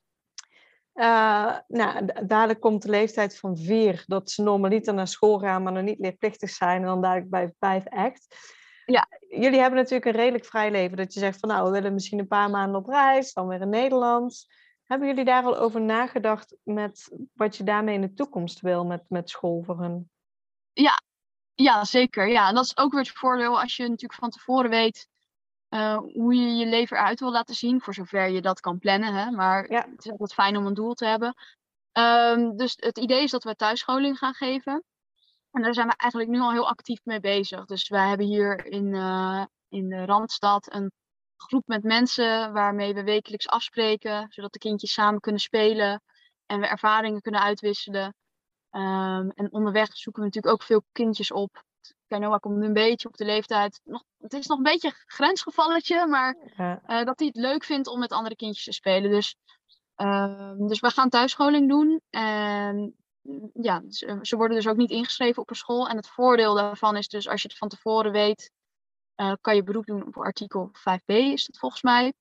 Dadelijk komt de leeftijd van 4, dat ze normaliter naar school gaan, maar nog niet leerplichtig zijn. En dan dadelijk bij 5 echt. Ja. Jullie hebben natuurlijk een redelijk vrij leven. Dat je zegt van nou, we willen misschien een paar maanden op reis, dan weer in Nederland. Hebben jullie daar al over nagedacht met wat je daarmee in de toekomst wil met school voor hun? Ja, zeker. Ja, en dat is ook weer het voordeel als je natuurlijk van tevoren weet hoe je je leven eruit wil laten zien, voor zover je dat kan plannen. Hè? Maar het is altijd fijn om een doel te hebben. Dus het idee is dat we thuisscholing gaan geven. En daar zijn we eigenlijk nu al heel actief mee bezig. Dus wij hebben hier in de Randstad een groep met mensen waarmee we wekelijks afspreken, zodat de kindjes samen kunnen spelen en we ervaringen kunnen uitwisselen. En onderweg zoeken we natuurlijk ook veel kindjes op. Noah komt nu een beetje op de leeftijd. Het is nog een beetje een grensgevalletje, maar dat hij het leuk vindt om met andere kindjes te spelen. Dus we gaan thuisscholing doen. En ja, ze worden dus ook niet ingeschreven op een school. En het voordeel daarvan is dus, als je het van tevoren weet, kan je beroep doen op artikel 5b, is dat volgens mij.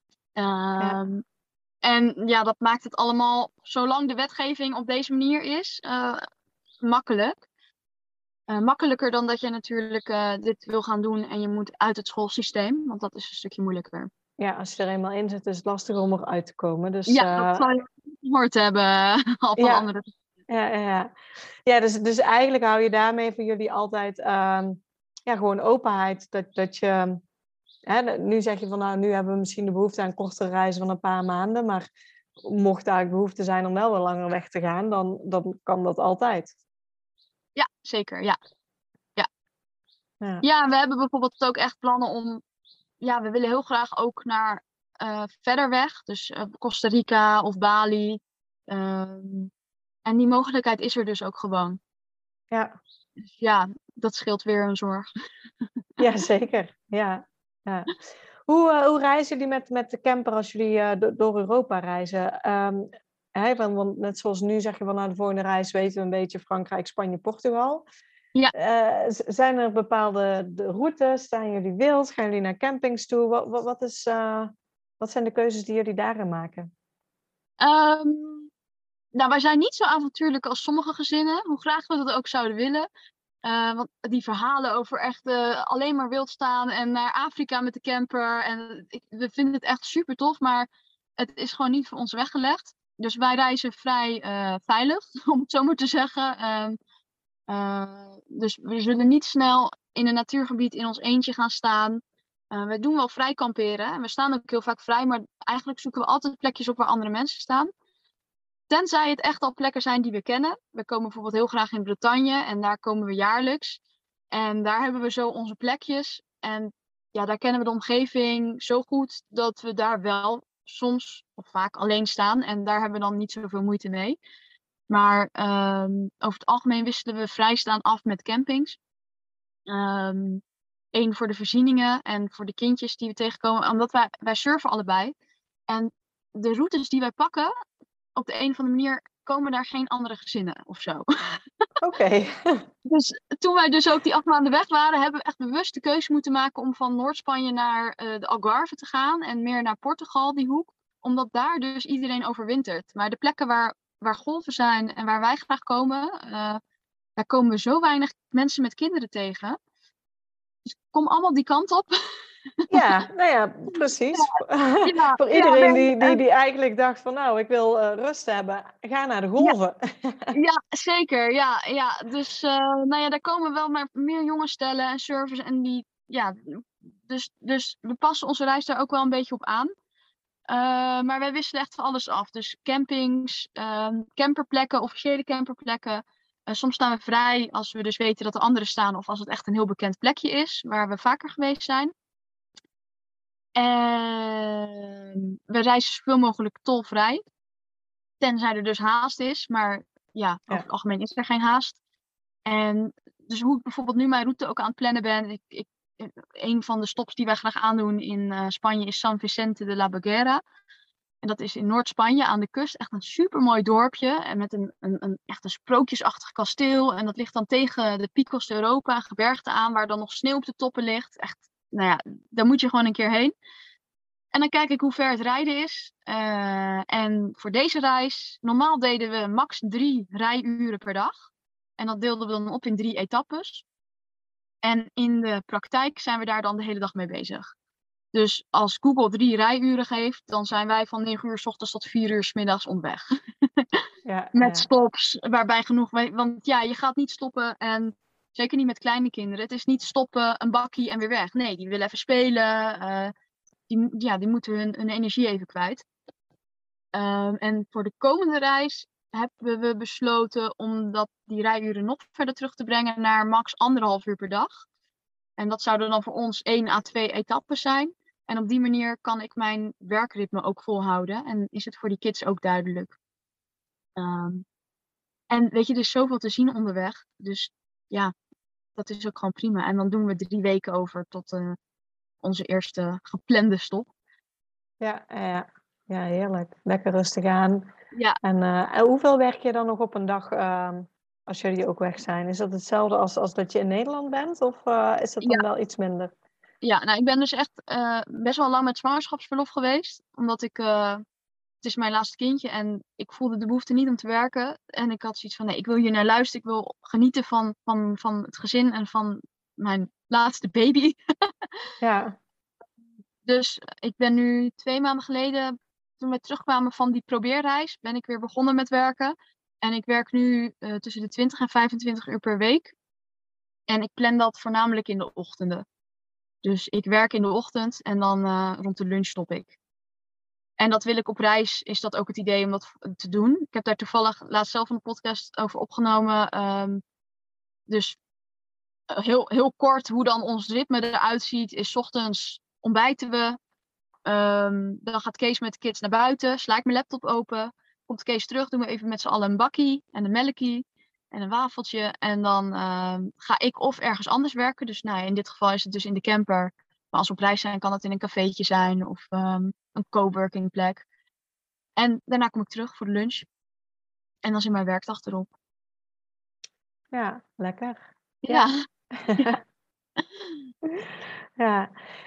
En ja, dat maakt het allemaal, zolang de wetgeving op deze manier is, makkelijk. Makkelijker dan dat je natuurlijk dit wil gaan doen en je moet uit het schoolsysteem. Want dat is een stukje moeilijker. Ja, als je er eenmaal in zit, is het lastiger om eruit te komen. Dus, ja, dat zal je gehoord hebben al van anderen. Ja, dus eigenlijk hou je daarmee voor jullie altijd gewoon openheid. Dat je, nu zeg je van nou, nu hebben we misschien de behoefte aan kortere reizen van een paar maanden. Maar mocht daar behoefte zijn om wel wat langer weg te gaan, dan kan dat altijd. Ja, zeker. Ja, we hebben bijvoorbeeld ook echt plannen om... Ja, we willen heel graag ook naar verder weg. Dus Costa Rica of Bali. En die mogelijkheid is er dus ook gewoon. Ja. Dus ja, dat scheelt weer een zorg. Ja, zeker. Ja. Hoe reizen jullie met de camper als jullie door Europa reizen? Want net zoals nu zeg je van de volgende reis weten we een beetje Frankrijk, Spanje, Portugal. Ja. Zijn er bepaalde routes? Staan jullie wild? Gaan jullie naar campings toe? Wat zijn de keuzes die jullie daarin maken? Wij zijn niet zo avontuurlijk als sommige gezinnen. Hoe graag we dat ook zouden willen. Want die verhalen over echt alleen maar wild staan en naar Afrika met de camper. En we vinden het echt super tof. Maar Het is gewoon niet voor ons weggelegd. Dus wij reizen vrij veilig, om het zo maar te zeggen. Dus we zullen niet snel in een natuurgebied in ons eentje gaan staan. We doen wel vrij kamperen. En we staan ook heel vaak vrij. Maar eigenlijk zoeken we altijd plekjes op waar andere mensen staan. Tenzij het echt al plekken zijn die we kennen. We komen bijvoorbeeld heel graag in Bretagne. En daar komen we jaarlijks. En daar hebben we zo onze plekjes. En ja, daar kennen we de omgeving zo goed dat we daar wel soms of vaak alleen staan. En daar hebben we dan niet zoveel moeite mee. Maar over het algemeen wisselen we vrijstaan af met campings. Eén voor de voorzieningen en voor de kindjes die we tegenkomen. Omdat wij surfen allebei. En de routes die wij pakken, op de een of andere manier komen daar geen andere gezinnen of zo. Oké. Dus toen wij dus ook die 8 maanden weg waren, hebben we echt bewust de keuze moeten maken om van Noord-Spanje naar de Algarve te gaan en meer naar Portugal, die hoek. Omdat daar dus iedereen overwintert. Maar de plekken waar golven zijn en waar wij graag komen, daar komen we zo weinig mensen met kinderen tegen. Dus kom allemaal die kant op. Ja, nou ja, precies. Ja, Voor iedereen nee, die eigenlijk dacht van nou, ik wil rust hebben, ga naar de golven. Ja, zeker. Ja. Dus nou ja, daar komen wel maar meer jonge stellen en servers en die, ja, dus we passen onze reis daar ook wel een beetje op aan. Maar wij wisselen echt van alles af. Dus campings, camperplekken, officiële camperplekken. Soms staan we vrij als we dus weten dat er anderen staan of als het echt een heel bekend plekje is waar we vaker geweest zijn. En we reizen zoveel mogelijk tolvrij. Tenzij er dus haast is. Maar ja, over het algemeen is er geen haast. En dus hoe ik bijvoorbeeld nu mijn route ook aan het plannen ben. Een van de stops die wij graag aandoen in Spanje is San Vicente de la Baguera. En dat is in Noord-Spanje aan de kust. Echt een supermooi dorpje. En met echt een sprookjesachtig kasteel. En dat ligt dan tegen de Picos de Europa, een gebergte aan. Waar dan nog sneeuw op de toppen ligt. Echt, nou ja, daar moet je gewoon een keer heen. En dan kijk ik hoe ver het rijden is. En voor deze reis, normaal deden we max 3 rijuren per dag. En dat deelden we dan op in 3 etappes. En in de praktijk zijn we daar dan de hele dag mee bezig. Dus als Google 3 rijuren geeft, dan zijn wij van 9 uur 's ochtends tot 4 uur 's middags onderweg. Met stops, waarbij genoeg. Want ja, je gaat niet stoppen en zeker niet met kleine kinderen. Het is niet stoppen, een bakkie en weer weg. Nee, die willen even spelen. Die moeten hun energie even kwijt. En voor de komende reis hebben we besloten om die rijuren nog verder terug te brengen naar max 1,5 uur per dag. En dat zouden dan voor ons 1 à 2 etappes zijn. En op die manier kan ik mijn werkritme ook volhouden. En is het voor die kids ook duidelijk. En weet je, er is zoveel te zien onderweg. Dus ja, dat is ook gewoon prima. En dan doen we 3 weken over tot onze eerste geplande stop. Ja, heerlijk. Lekker rustig aan. Ja. En hoeveel werk je dan nog op een dag als jullie ook weg zijn? Is dat hetzelfde als dat je in Nederland bent? Of is dat dan wel iets minder? Ja, nou ik ben dus echt best wel lang met zwangerschapsverlof geweest. Omdat het is mijn laatste kindje en ik voelde de behoefte niet om te werken. En ik had zoiets van, nee, ik wil hier naar luisteren. Ik wil genieten van het gezin en van mijn laatste baby. Ja. Dus ik ben nu 2 maanden geleden, toen we terugkwamen van die probeerreis, ben ik weer begonnen met werken. En ik werk nu tussen de 20 en 25 uur per week. En ik plan dat voornamelijk in de ochtenden. Dus ik werk in de ochtend en dan rond de lunch stop ik. En dat wil ik op reis, is dat ook het idee om dat te doen. Ik heb daar toevallig laatst zelf een podcast over opgenomen. Dus heel kort hoe dan ons ritme eruit ziet, is 's ochtends ontbijten we. Dan gaat Kees met de kids naar buiten, sla ik mijn laptop open. Komt Kees terug, doen we even met z'n allen een bakkie en een melkie en een wafeltje. En dan ga ik of ergens anders werken. Dus nou, in dit geval is het dus in de camper. Maar als we op reis zijn, kan het in een cafeetje zijn of een coworking plek. En daarna kom ik terug voor de lunch. En dan zit mijn werkdag erop. Ja, lekker. Ja. Ja.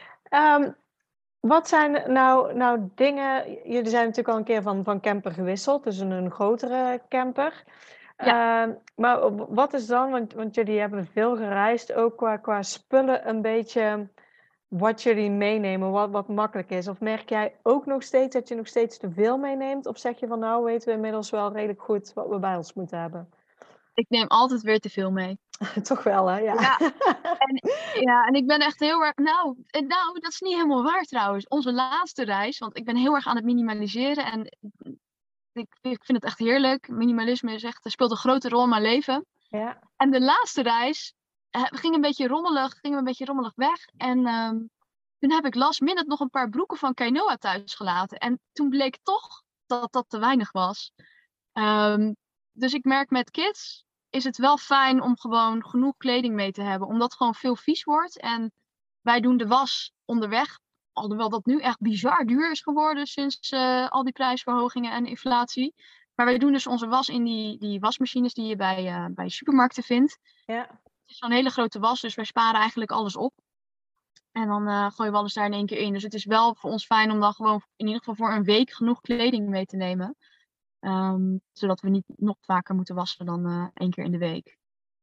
Wat zijn nou dingen... Jullie zijn natuurlijk al een keer van camper gewisseld. Dus een grotere camper. Ja. Maar wat is dan... Want jullie hebben veel gereisd. Ook qua spullen een beetje wat jullie meenemen, wat makkelijk is? Of merk jij ook nog steeds dat je nog steeds te veel meeneemt? Of zeg je van nou weten we inmiddels wel redelijk goed wat we bij ons moeten hebben? Ik neem altijd weer te veel mee. Toch wel, hè? Ja. Ja. En ik ben echt heel erg... Nou, dat is niet helemaal waar trouwens. Onze laatste reis, want ik ben heel erg aan het minimaliseren. En ik vind het echt heerlijk. Minimalisme speelt een grote rol in mijn leven. Ja. En de laatste reis gingen we een beetje rommelig weg. En toen heb ik last minute nog een paar broeken van Kainoa thuis gelaten. En toen bleek toch dat dat te weinig was. Dus ik merk met kids is het wel fijn om gewoon genoeg kleding mee te hebben. Omdat gewoon veel vies wordt. En wij doen de was onderweg. Alhoewel dat nu echt bizar duur is geworden sinds al die prijsverhogingen en inflatie. Maar wij doen dus onze was in die wasmachines die je bij supermarkten vindt. Ja. Het is zo'n hele grote was, dus wij sparen eigenlijk alles op. En dan gooien we alles daar in één keer in. Dus het is wel voor ons fijn om dan gewoon in ieder geval voor een week genoeg kleding mee te nemen. Zodat we niet nog vaker moeten wassen dan 1 keer in de week.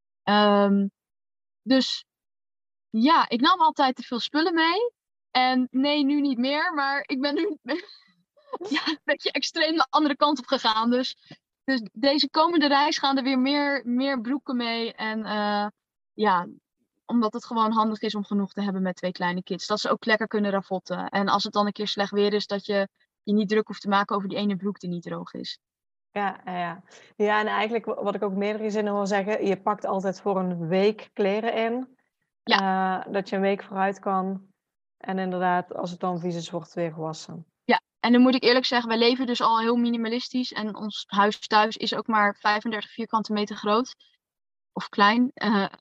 Dus ja, ik nam altijd te veel spullen mee. En nee, nu niet meer. Maar ik ben nu een beetje extreem de andere kant op gegaan. Dus deze komende reis gaan er weer meer broeken mee. En omdat het gewoon handig is om genoeg te hebben met 2 kleine kids. Dat ze ook lekker kunnen ravotten. En als het dan een keer slecht weer is, dat je je niet druk hoeft te maken over die ene broek die niet droog is. Ja, en eigenlijk wat ik ook meerdere zinnen wil zeggen, je pakt altijd voor een week kleren in. Ja. Dat je een week vooruit kan. En inderdaad, als het dan vies is, wordt het weer gewassen. Ja, en dan moet ik eerlijk zeggen, wij leven dus al heel minimalistisch. En ons huis thuis is ook maar 35 vierkante meter groot. Of klein.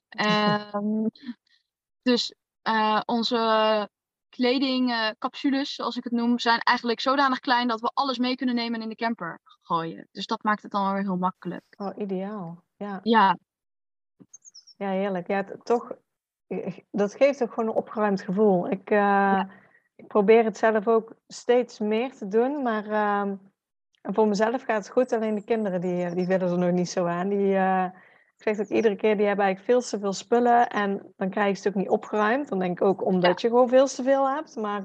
Dus onze kledingcapsules, zoals ik het noem, zijn eigenlijk zodanig klein dat we alles mee kunnen nemen en in de camper gooien. Dus dat maakt het dan weer heel makkelijk. Oh, ideaal. Ja. Ja, Heerlijk. Ja, toch, dat geeft ook gewoon een opgeruimd gevoel. Ik probeer het zelf ook steeds meer te doen, maar voor mezelf gaat het goed. Alleen de kinderen die willen er nog niet zo aan. Ik zeg ook iedere keer, die hebben eigenlijk veel te veel spullen en dan krijg je het ook niet opgeruimd. Dan denk ik ook omdat je gewoon veel te veel hebt. Maar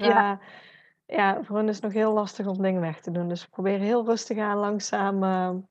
voor hen is het nog heel lastig om dingen weg te doen. Dus we proberen heel rustig aan, langzaam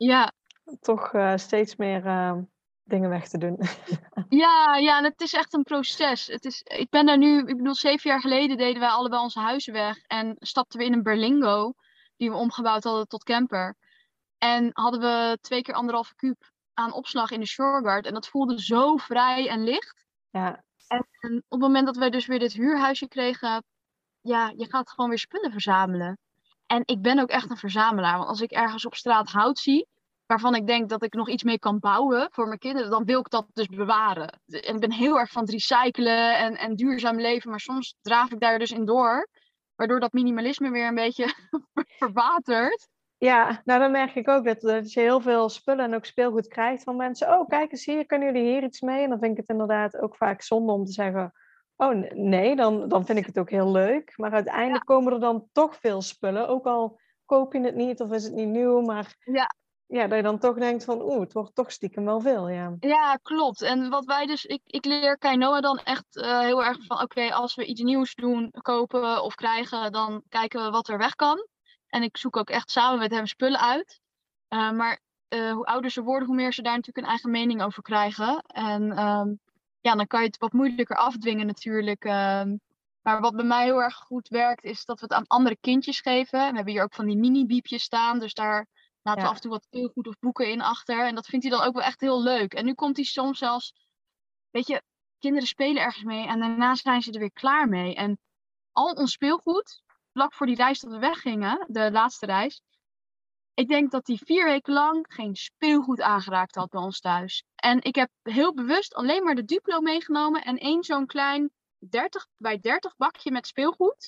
toch steeds meer dingen weg te doen. Ja, en het is echt een proces. Ik ben daar nu, ik bedoel, 7 jaar geleden deden wij allebei onze huizen weg en stapten we in een Berlingo, die we omgebouwd hadden tot camper. En hadden we 2 keer 1,5 kuub aan opslag in de Shoreguard. En dat voelde zo vrij en licht. Ja. En op het moment dat wij dus weer dit huurhuisje kregen, je gaat gewoon weer spullen verzamelen. En ik ben ook echt een verzamelaar. Want als ik ergens op straat hout zie, waarvan ik denk dat ik nog iets mee kan bouwen voor mijn kinderen, dan wil ik dat dus bewaren. En ik ben heel erg van het recyclen en duurzaam leven, maar soms draaf ik daar dus in door, waardoor dat minimalisme weer een beetje verwatert. Ja, nou dan merk ik ook dat je heel veel spullen en ook speelgoed krijgt van mensen. Oh, kijk eens hier, kunnen jullie hier iets mee? En dan vind ik het inderdaad ook vaak zonde om te zeggen, oh nee, dan vind ik het ook heel leuk. Maar uiteindelijk komen er dan toch veel spullen, ook al koop je het niet of is het niet nieuw, maar dat je dan toch denkt van, het wordt toch stiekem wel veel, ja. Ja, klopt. En wat wij dus, ik leer Kainoa dan echt heel erg van, oké, als we iets nieuws doen, kopen of krijgen, dan kijken we wat er weg kan. En ik zoek ook echt samen met hem spullen uit. Maar hoe ouder ze worden, hoe meer ze daar natuurlijk een eigen mening over krijgen. En dan kan je het wat moeilijker afdwingen natuurlijk. Maar wat bij mij heel erg goed werkt, is dat we het aan andere kindjes geven. We hebben hier ook van die mini-biepjes staan, dus daar laten we af en toe wat speelgoed of boeken in achter. En dat vindt hij dan ook wel echt heel leuk. En nu komt hij soms zelfs, weet je, kinderen spelen ergens mee en daarna zijn ze er weer klaar mee. En al ons speelgoed, vlak voor die reis dat we weggingen, de laatste reis, ik denk dat hij 4 weken lang geen speelgoed aangeraakt had bij ons thuis. En ik heb heel bewust alleen maar de Duplo meegenomen en 1 zo'n klein 30 bij 30 bakje met speelgoed.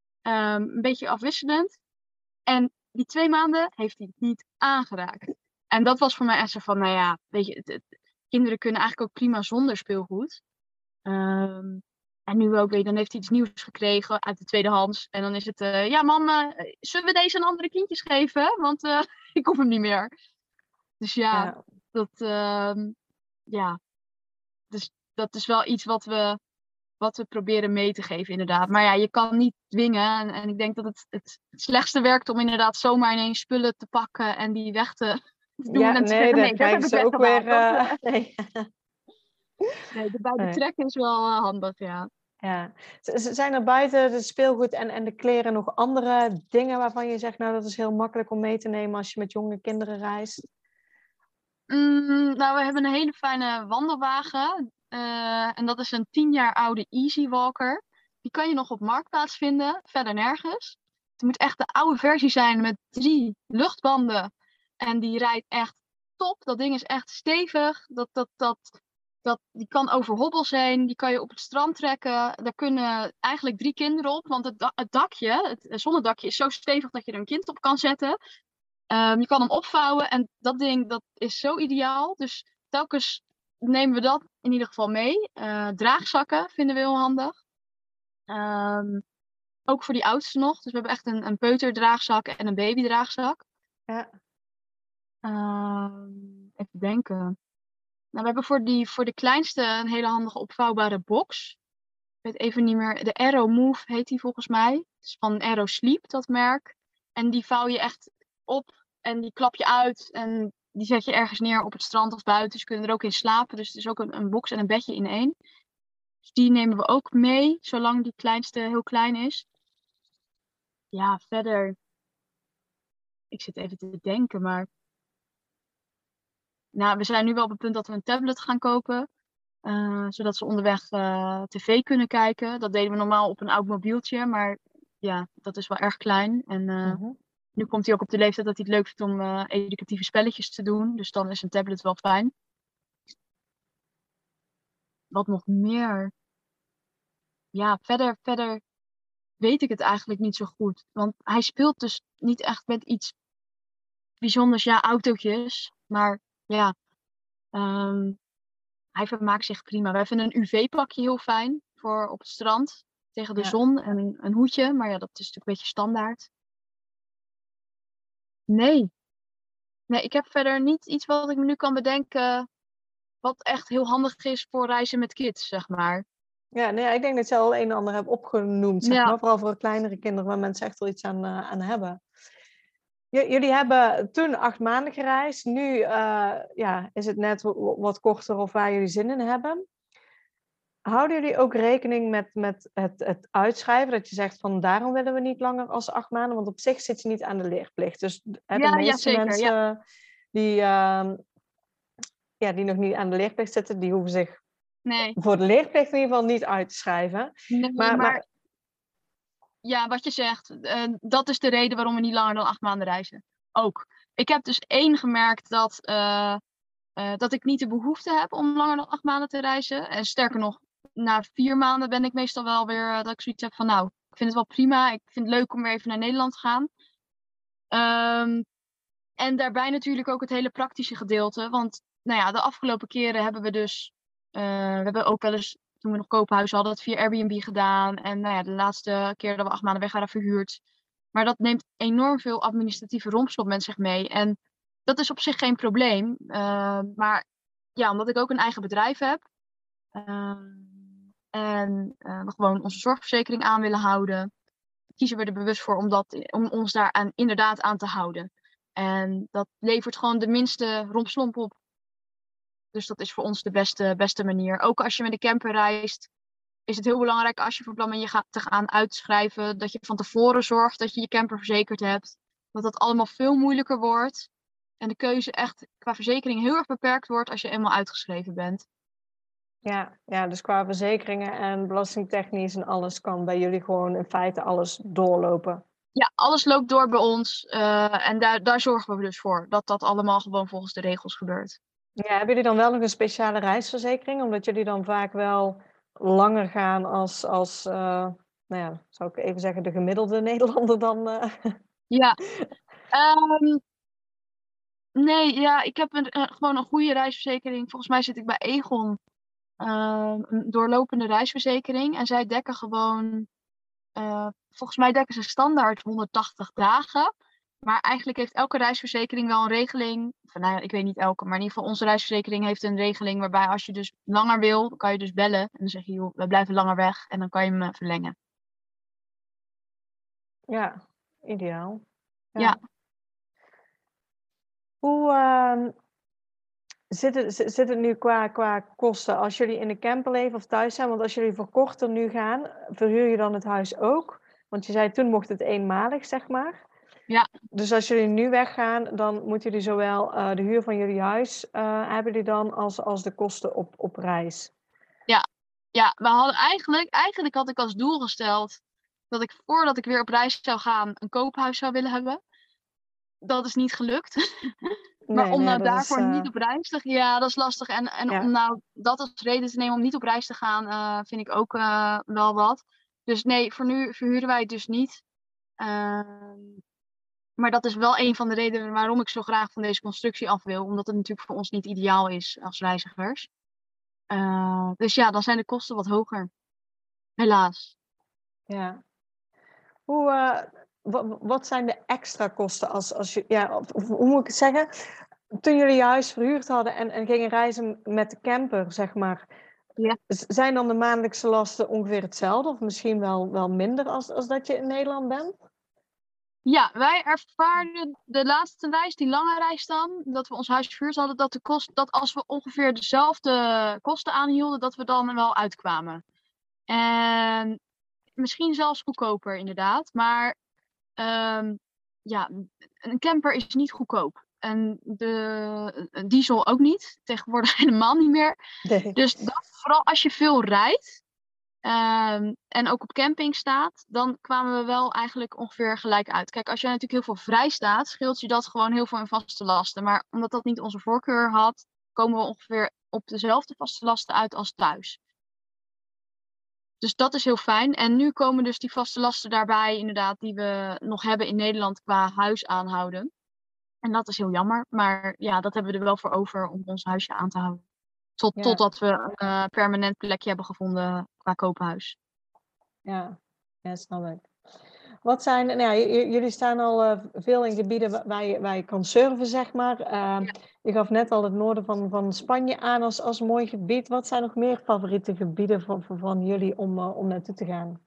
Een beetje afwisselend. En die 2 maanden heeft hij het niet aangeraakt. En dat was voor mij echt zo van, nou ja, weet je, kinderen kunnen eigenlijk ook prima zonder speelgoed. En nu ook weer, dan heeft hij iets nieuws gekregen uit de tweedehands. En dan is het, ja mam, zullen we deze aan andere kindjes geven? Want ik hoef hem niet meer. Dus dus dat is wel iets wat we wat we proberen mee te geven inderdaad. Maar ja, je kan niet dwingen. En ik denk dat het slechtste werkt om inderdaad zomaar ineens spullen te pakken en die weg te doen. Ja, En te nee, zeggen, daar nee, dat heb krijgen ik ze ook weer... weggemaakt. nee. Nee, erbij Nee. betrekken is wel handig, ja. Ja. Zijn er buiten het speelgoed en de kleren nog andere dingen waarvan je zegt, nou dat is heel makkelijk om mee te nemen als je met jonge kinderen reist? Nou, we hebben een hele fijne wandelwagen. En dat is een 10 jaar oude Easy Walker. Die kan je nog op Marktplaats vinden, verder nergens. Het moet echt de oude versie zijn met 3 luchtbanden. En die rijdt echt top. Dat ding is echt stevig. Die kan over hobbels heen. Die kan je op het strand trekken. Daar kunnen eigenlijk 3 kinderen op. Want het dakje, het zonnedakje, is zo stevig dat je er een kind op kan zetten. Je kan hem opvouwen en dat ding dat is zo ideaal. Dus telkens nemen we dat in ieder geval mee. Draagzakken vinden we heel handig. Ook voor die oudste nog. Dus we hebben echt een peuterdraagzak en een babydraagzak. Ja. Even denken. Nou, we hebben voor de kleinste een hele handige opvouwbare box. Ik weet even niet meer. De Aero Move heet die volgens mij. Het is van Aero Sleep, dat merk. En die vouw je echt op en die klap je uit. En die zet je ergens neer op het strand of buiten. Dus je kunt er ook in slapen. Dus het is ook een box en een bedje in één. Dus die nemen we ook mee, zolang die kleinste heel klein is. Ja, verder. Ik zit even te denken, maar... Nou, we zijn nu wel op het punt dat we een tablet gaan kopen. Zodat ze onderweg tv kunnen kijken. Dat deden we normaal op een oud mobieltje. Maar ja, dat is wel erg klein. En nu komt hij ook op de leeftijd dat hij het leuk vindt om educatieve spelletjes te doen. Dus dan is een tablet wel fijn. Wat nog meer? Ja, verder weet ik het eigenlijk niet zo goed. Want hij speelt dus niet echt met iets bijzonders. Ja, autootjes. Maar ja, hij vermaakt zich prima. Wij vinden een UV-pakje heel fijn voor op het strand. Tegen de zon en een hoedje. Maar ja, dat is natuurlijk een beetje standaard. Nee, ik heb verder niet iets wat ik me nu kan bedenken. Wat echt heel handig is voor reizen met kids, zeg maar. Ja, nee, ik denk dat je al een en ander hebt opgenoemd, zeg maar. Vooral voor kleinere kinderen waar mensen echt wel iets aan hebben. Jullie hebben toen 8 maanden gereisd. Nu is het net wat korter of waar jullie zin in hebben. Houden jullie ook rekening met het uitschrijven? Dat je zegt van daarom willen we niet langer als 8 maanden. Want op zich zit je niet aan de leerplicht. Dus de meeste zeker, mensen die nog niet aan de leerplicht zitten, die hoeven zich voor de leerplicht in ieder geval niet uit te schrijven. Nee, maar ja, wat je zegt, dat is de reden waarom we niet langer dan 8 maanden reizen. Ook. Ik heb dus gemerkt dat ik niet de behoefte heb om langer dan 8 maanden te reizen. En sterker nog, na 4 maanden ben ik meestal wel weer dat ik zoiets heb van nou, ik vind het wel prima. Ik vind het leuk om weer even naar Nederland te gaan. En daarbij natuurlijk ook het hele praktische gedeelte. Want nou ja, de afgelopen keren hebben we dus... we hebben ook wel eens, toen we nog koophuizen hadden, het via Airbnb gedaan. En nou ja, de laatste keer dat we 8 maanden weg waren verhuurd. Maar dat neemt enorm veel administratieve rompslomp met zich mee. En dat is op zich geen probleem. Maar ja, omdat ik ook een eigen bedrijf heb. En we gewoon onze zorgverzekering aan willen houden. Kiezen we er bewust voor om ons daar inderdaad aan te houden. En dat levert gewoon de minste rompslomp op. Dus dat is voor ons de beste manier. Ook als je met de camper reist, is het heel belangrijk als je van plan bent te gaan uitschrijven, dat je van tevoren zorgt dat je je camper verzekerd hebt. Dat dat allemaal veel moeilijker wordt. En de keuze echt qua verzekering heel erg beperkt wordt als je eenmaal uitgeschreven bent. Ja, dus qua verzekeringen en belastingtechnisch en alles kan bij jullie gewoon in feite alles doorlopen. Ja, alles loopt door bij ons. En daar zorgen we dus voor. Dat allemaal gewoon volgens de regels gebeurt. Ja, hebben jullie dan wel nog een speciale reisverzekering? Omdat jullie dan vaak wel langer gaan als zou ik even zeggen, de gemiddelde Nederlander dan... Ja. Nee, ja, ik heb gewoon een goede reisverzekering. Volgens mij zit ik bij Egon. Een doorlopende reisverzekering. En zij dekken gewoon... volgens mij dekken ze standaard 180 dagen. Maar eigenlijk heeft elke reisverzekering wel een regeling. Van, nou ja, ik weet niet elke, maar in ieder geval onze reisverzekering heeft een regeling waarbij als je dus langer wil, kan je dus bellen. En dan zeg je, joh, we blijven langer weg en dan kan je hem verlengen. Ja, ideaal. Ja. Hoe zit het nu qua kosten als jullie in de camper leven of thuis zijn? Want als jullie voor korter nu gaan, verhuur je dan het huis ook? Want je zei toen mocht het eenmalig, zeg maar. Ja. Dus als jullie nu weggaan, dan moeten jullie zowel de huur van jullie huis hebben jullie dan als de kosten op reis. Ja, we hadden eigenlijk had ik als doel gesteld dat ik voordat ik weer op reis zou gaan een koophuis zou willen hebben. Dat is niet gelukt. Maar Nee, om nee, nou dat is, daarvoor niet op reis te gaan, ja, dat is lastig. En ja. om nou dat als reden te nemen om niet op reis te gaan, vind ik ook wel wat. Dus nee, voor nu verhuren wij het dus niet. Maar dat is wel een van de redenen waarom ik zo graag van deze constructie af wil. Omdat het natuurlijk voor ons niet ideaal is als reizigers. Dus ja, dan zijn de kosten wat hoger. Helaas. Ja. Wat zijn de extra kosten als je, ja, of hoe moet ik het zeggen? Toen jullie je huis verhuurd hadden en gingen reizen met de camper, zeg maar. Ja. Zijn dan de maandelijkse lasten ongeveer hetzelfde? Of misschien wel minder als dat je in Nederland bent? Ja, wij ervaarden de laatste reis, die lange reis dan, dat we ons huis verhuurd hadden, dat als we ongeveer dezelfde kosten aanhielden, dat we dan wel uitkwamen. En misschien zelfs goedkoper, inderdaad. Maar ja, een camper is niet goedkoop. En een diesel ook niet. Tegenwoordig helemaal niet meer. Nee. Dus vooral als je veel rijdt en ook op camping staat, dan kwamen we wel eigenlijk ongeveer gelijk uit. Kijk, als jij natuurlijk heel veel vrij staat, scheelt je dat gewoon heel veel in vaste lasten. Maar omdat dat niet onze voorkeur had, komen we ongeveer op dezelfde vaste lasten uit als thuis. Dus dat is heel fijn. En nu komen dus die vaste lasten daarbij, inderdaad, die we nog hebben in Nederland qua huis aanhouden. En dat is heel jammer. Maar ja, dat hebben we er wel voor over om ons huisje aan te houden. Totdat we een permanent plekje hebben gevonden qua koophuis. Ja, snap ik. Wat zijn, nou ja, jullie staan al veel in gebieden waar je kan surfen, zeg maar. Je gaf net al het noorden van Spanje aan als mooi gebied. Wat zijn nog meer favoriete gebieden van jullie om naartoe te gaan?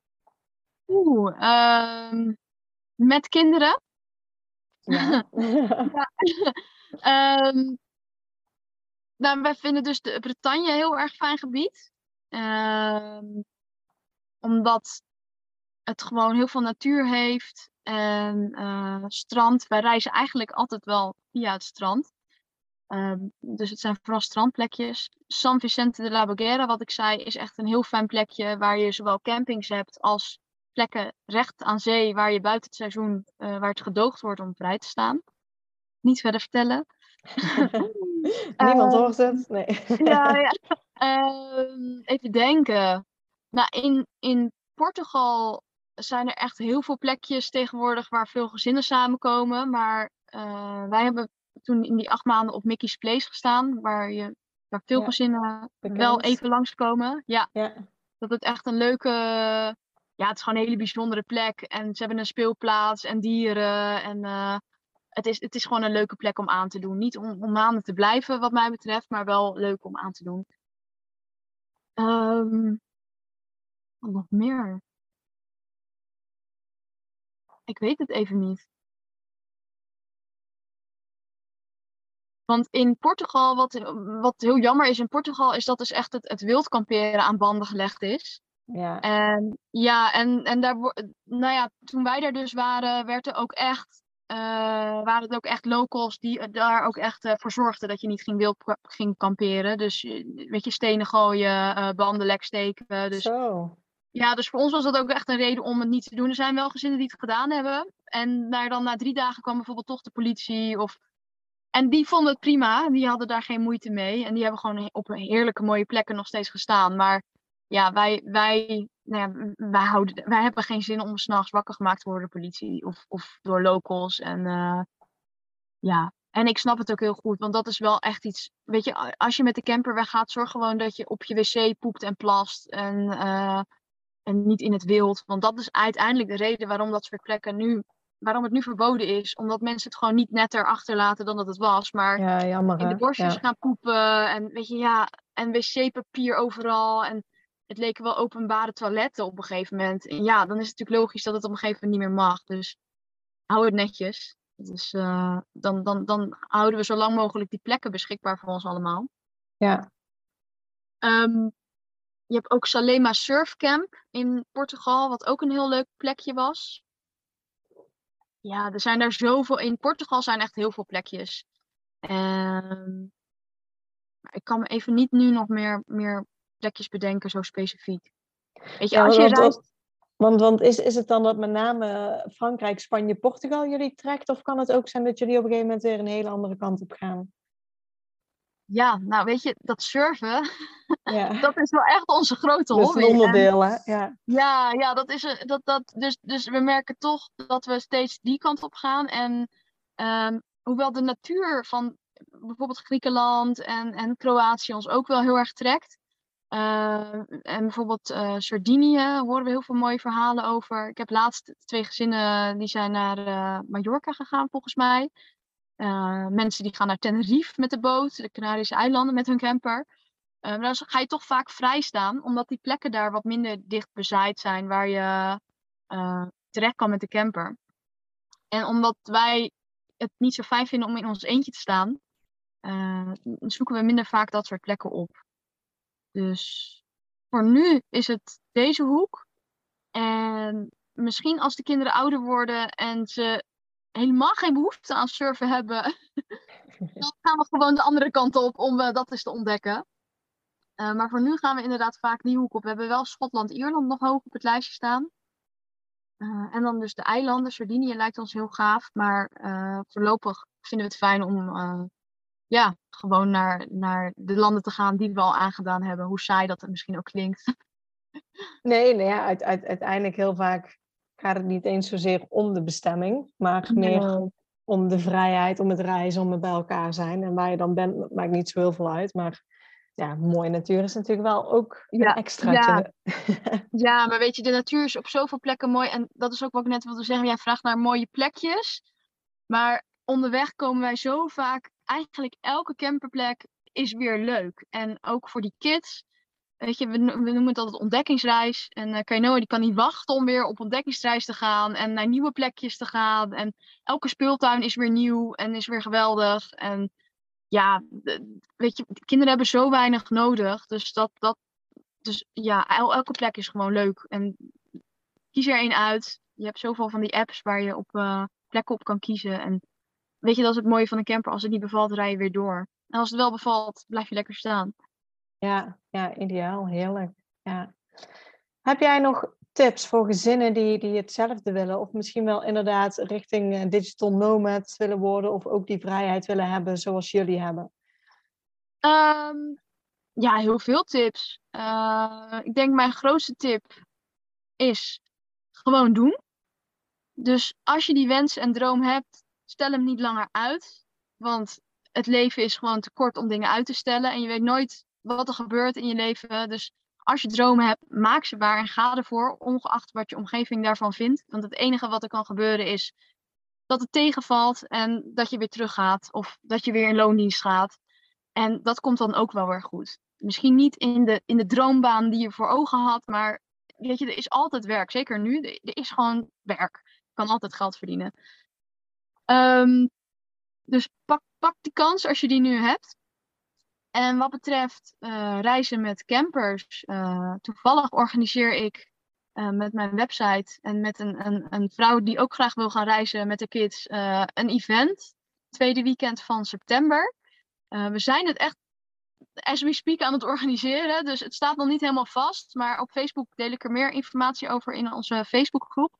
Met kinderen. Ja. Nou, wij vinden dus de Bretagne een heel erg fijn gebied. Omdat het gewoon heel veel natuur heeft. En strand. Wij reizen eigenlijk altijd wel via het strand. Dus het zijn vooral strandplekjes. San Vicente de la Boguera, wat ik zei, is echt een heel fijn plekje waar je zowel campings hebt als plekken recht aan zee waar je buiten het seizoen, waar het gedoogd wordt om vrij te staan. Niet verder vertellen. Niemand hoort het? Nee. Ja. Even denken. Nou, in Portugal zijn er echt heel veel plekjes tegenwoordig waar veel gezinnen samenkomen. Maar wij hebben toen in die 8 maanden op Mickey's Place gestaan, waar veel gezinnen wel even langskomen. Ja, dat het echt een leuke... Ja, het is gewoon een hele bijzondere plek. En ze hebben een speelplaats en dieren. En het is gewoon een leuke plek om aan te doen. Niet om maanden te blijven, wat mij betreft, maar wel leuk om aan te doen. Wat nog meer? Ik weet het even niet. Want in Portugal, wat heel jammer is in Portugal, is dat dus echt het wild kamperen aan banden gelegd is. Ja. En daar, nou ja, toen wij daar dus waren, waren het ook echt locals die daar ook echt voor zorgden dat je niet ging kamperen. Dus weet je, stenen gooien, banden lek steken. Dus, Zo. Ja, dus voor ons was dat ook echt een reden om het niet te doen. Er zijn wel gezinnen die het gedaan hebben. En dan na 3 dagen kwam bijvoorbeeld toch de politie. En die vonden het prima. Die hadden daar geen moeite mee. En die hebben gewoon op een heerlijke mooie plekken nog steeds gestaan. Maar ja, wij hebben geen zin om 's nachts wakker gemaakt te worden door de politie. Of door locals. En ja, en ik snap het ook heel goed. Want dat is wel echt iets... Weet je, als je met de camper weggaat, zorg gewoon dat je op je wc poept en plast. En niet in het wild. Want dat is uiteindelijk de reden waarom dat soort plekken nu waarom het nu verboden is. Omdat mensen het gewoon niet netter achterlaten dan dat het was. Maar Ja, jammer in de hè? bosjes Ja. gaan poepen. En weet je, ja, en wc-papier overal. En het leken wel openbare toiletten op een gegeven moment. En ja, dan is het natuurlijk logisch dat het op een gegeven moment niet meer mag. Dus hou het netjes. Dus dan houden we zo lang mogelijk die plekken beschikbaar voor ons allemaal. Ja. Ehm, je hebt ook Salema Surf Camp in Portugal, wat ook een heel leuk plekje was. Ja, er zijn daar zoveel. In Portugal zijn echt heel veel plekjes. Maar ik kan me even niet nu nog meer plekjes bedenken, zo specifiek. Weet je, Ja, als je reist. want is het dan dat met name Frankrijk, Spanje, Portugal jullie trekt? Of kan het ook zijn dat jullie op een gegeven moment weer een hele andere kant op gaan? Ja, nou weet je, dat surfen, Ja, dat is wel echt onze grote dat is een hobby. onderdeel, hè? Ja. Ja, dat is dus we merken toch dat we steeds die kant op gaan. En hoewel de natuur van bijvoorbeeld Griekenland en Kroatië ons ook wel heel erg trekt. En bijvoorbeeld Sardinië horen we heel veel mooie verhalen over. Ik heb laatst 2 gezinnen die zijn naar Mallorca gegaan volgens mij. Mensen die gaan naar Tenerife met de boot, de Canarische eilanden met hun camper. Maar dan ga je toch vaak vrij staan, omdat die plekken daar wat minder dicht bezaaid zijn waar je terecht kan met de camper. En omdat wij het niet zo fijn vinden om in ons eentje te staan, zoeken we minder vaak dat soort plekken op. Dus voor nu is het deze hoek. En misschien als de kinderen ouder worden en ze helemaal geen behoefte aan surfen hebben, dan gaan we gewoon de andere kant op om dat eens te ontdekken. Maar voor nu gaan we inderdaad vaak die hoek op. We hebben wel Schotland-Ierland nog hoog op het lijstje staan. En dan dus de eilanden. Sardinië lijkt ons heel gaaf. Maar voorlopig vinden we het fijn om gewoon naar de landen te gaan die we al aangedaan hebben. Hoe saai dat misschien ook klinkt. Nee, ja, uiteindelijk heel vaak gaat het niet eens zozeer om de bestemming, maar meer Nee. om de vrijheid, om het reizen, om het bij elkaar zijn. En waar je dan bent, dat maakt niet zo heel veel uit. Maar ja, mooie natuur is natuurlijk wel ook een Ja, extraatje. ja, maar weet je, de natuur is op zoveel plekken mooi. En dat is ook wat ik net wilde zeggen. Jij vraagt naar mooie plekjes. Maar onderweg komen wij zo vaak. Eigenlijk elke camperplek is weer leuk. En ook voor die kids. Weet je, we noemen het altijd ontdekkingsreis. En Kainoa die kan niet wachten om weer op ontdekkingsreis te gaan. En naar nieuwe plekjes te gaan. En elke speeltuin is weer nieuw en is weer geweldig. En ja, weet je, kinderen hebben zo weinig nodig. Dus ja, elke plek is gewoon leuk. En kies er één uit. Je hebt zoveel van die apps waar je op plekken op kan kiezen. En weet je, dat is het mooie van een camper. Als het niet bevalt, rij je weer door. En als het wel bevalt, blijf je lekker staan. Ja, ideaal, heerlijk. Ja. Heb jij nog tips voor gezinnen die hetzelfde willen? Of misschien wel inderdaad richting digital nomad willen worden of ook die vrijheid willen hebben zoals jullie hebben? Ehm, ja, heel veel tips. Ik denk mijn grootste tip is gewoon doen. Dus als je die wens en droom hebt, stel hem niet langer uit. Want het leven is gewoon te kort om dingen uit te stellen. En je weet nooit wat er gebeurt in je leven. Dus als je dromen hebt, maak ze waar en ga ervoor. Ongeacht wat je omgeving daarvan vindt. Want het enige wat er kan gebeuren is dat het tegenvalt en dat je weer teruggaat. Of dat je weer in loondienst gaat. En dat komt dan ook wel weer goed. Misschien niet in de droombaan die je voor ogen had. Maar weet je, er is altijd werk. Zeker nu. Er is gewoon werk. Je kan altijd geld verdienen. Dus pak die kans als je die nu hebt. En wat betreft reizen met campers. Toevallig organiseer ik met mijn website en met een vrouw die ook graag wil gaan reizen met de kids een event. Tweede weekend van september. We zijn het echt as we speak aan het organiseren. Dus het staat nog niet helemaal vast. Maar op Facebook deel ik er meer informatie over in onze Facebookgroep.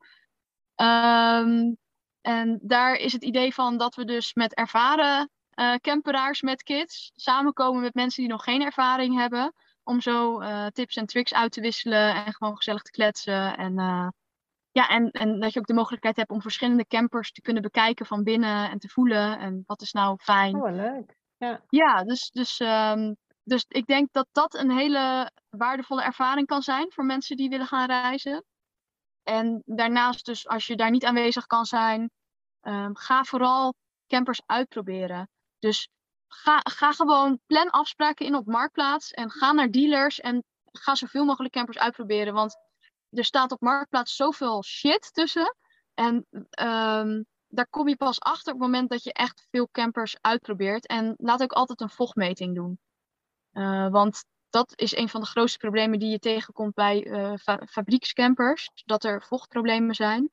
En daar is het idee van dat we dus met ervaren camperaars met kids samenkomen met mensen die nog geen ervaring hebben. Om zo tips en tricks uit te wisselen en gewoon gezellig te kletsen. En dat je ook de mogelijkheid hebt om verschillende campers te kunnen bekijken van binnen en te voelen. En wat is nou fijn. Oh, leuk. Ja. Ja, dus ik denk dat dat een hele waardevolle ervaring kan zijn voor mensen die willen gaan reizen. En daarnaast dus, als je daar niet aanwezig kan zijn, ga vooral campers uitproberen. Dus ga gewoon, plan afspraken in op Marktplaats en ga naar dealers en ga zoveel mogelijk campers uitproberen. Want er staat op Marktplaats zoveel shit tussen. En daar kom je pas achter op het moment dat je echt veel campers uitprobeert. En laat ook altijd een vochtmeting doen. Want dat is een van de grootste problemen die je tegenkomt bij fabriekscampers. Dat er vochtproblemen zijn.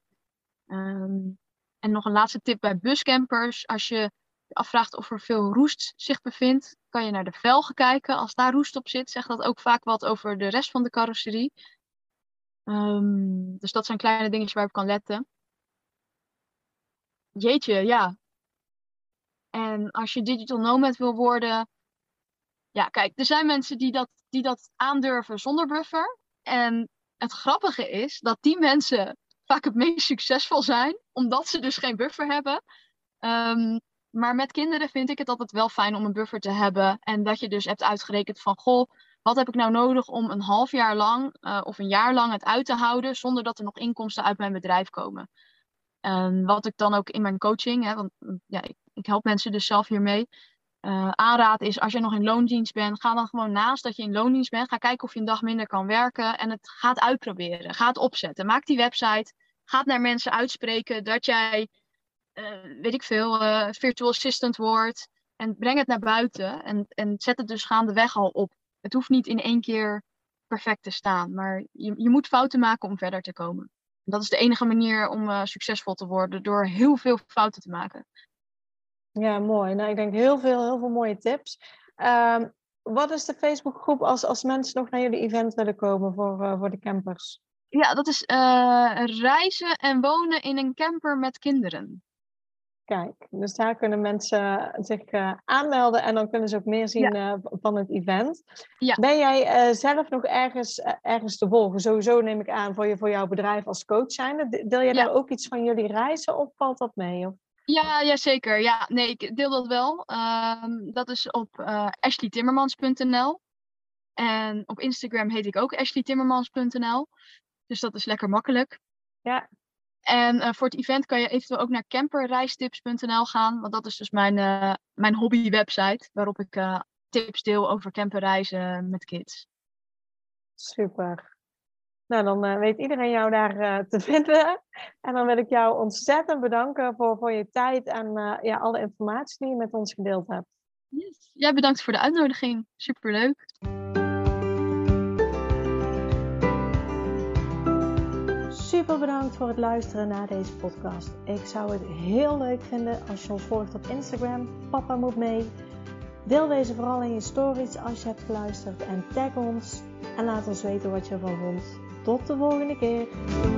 En nog een laatste tip bij buscampers. Als je afvraagt of er veel roest zich bevindt, kan je naar de velgen kijken. Als daar roest op zit, zegt dat ook vaak wat over de rest van de carrosserie. Dus dat zijn kleine dingetjes waar je op kan letten. Jeetje, ja. En als je digital nomad wil worden... Ja, kijk, er zijn mensen die dat aandurven zonder buffer. En het grappige is dat die mensen vaak het meest succesvol zijn, omdat ze dus geen buffer hebben. Maar met kinderen vind ik het altijd wel fijn om een buffer te hebben. En dat je dus hebt uitgerekend van, goh, wat heb ik nou nodig om een half jaar lang of een jaar lang het uit te houden, zonder dat er nog inkomsten uit mijn bedrijf komen. Wat ik dan ook in mijn coaching, want ja, ik help mensen dus zelf hiermee, aanraad is, als je nog in loondienst bent, ga dan gewoon naast dat je in loondienst bent, ga kijken of je een dag minder kan werken en het gaat uitproberen. Ga het opzetten. Maak die website. Ga het naar mensen uitspreken dat jij, weet ik veel, virtual assistant wordt en breng het naar buiten en zet het dus gaandeweg al op. Het hoeft niet in één keer perfect te staan, maar je moet fouten maken om verder te komen. Dat is de enige manier om succesvol te worden, door heel veel fouten te maken. Ja, mooi. Nou, ik denk heel veel mooie tips. Wat is de Facebookgroep als mensen nog naar jullie event willen komen voor de campers? Ja, dat is reizen en wonen in een camper met kinderen. Kijk, dus daar kunnen mensen zich aanmelden en dan kunnen ze ook meer zien van het event. Ja. Ben jij zelf nog ergens te volgen? Sowieso neem ik aan voor jouw bedrijf als coach zijnde. Deel jij daar ook iets van jullie reizen of valt dat mee? Of? Ja, zeker. Ja, nee, ik deel dat wel. Dat is op ashleytimmermans.nl. En op Instagram heet ik ook ashleytimmermans.nl. Dus dat is lekker makkelijk. Ja. En voor het event kan je eventueel ook naar camperreistips.nl gaan. Want dat is dus mijn hobby-website. Waarop ik tips deel over camperreizen met kids. Super. Nou, dan weet iedereen jou daar te vinden. En dan wil ik jou ontzettend bedanken voor je tijd en alle informatie die je met ons gedeeld hebt. Yes. Jij bedankt voor de uitnodiging. Superleuk. Super bedankt voor het luisteren naar deze podcast. Ik zou het heel leuk vinden als je ons volgt op Instagram. Papa moet mee. Deel deze vooral in je stories als je hebt geluisterd. En tag ons. En laat ons weten wat je ervan vond. Tot de volgende keer.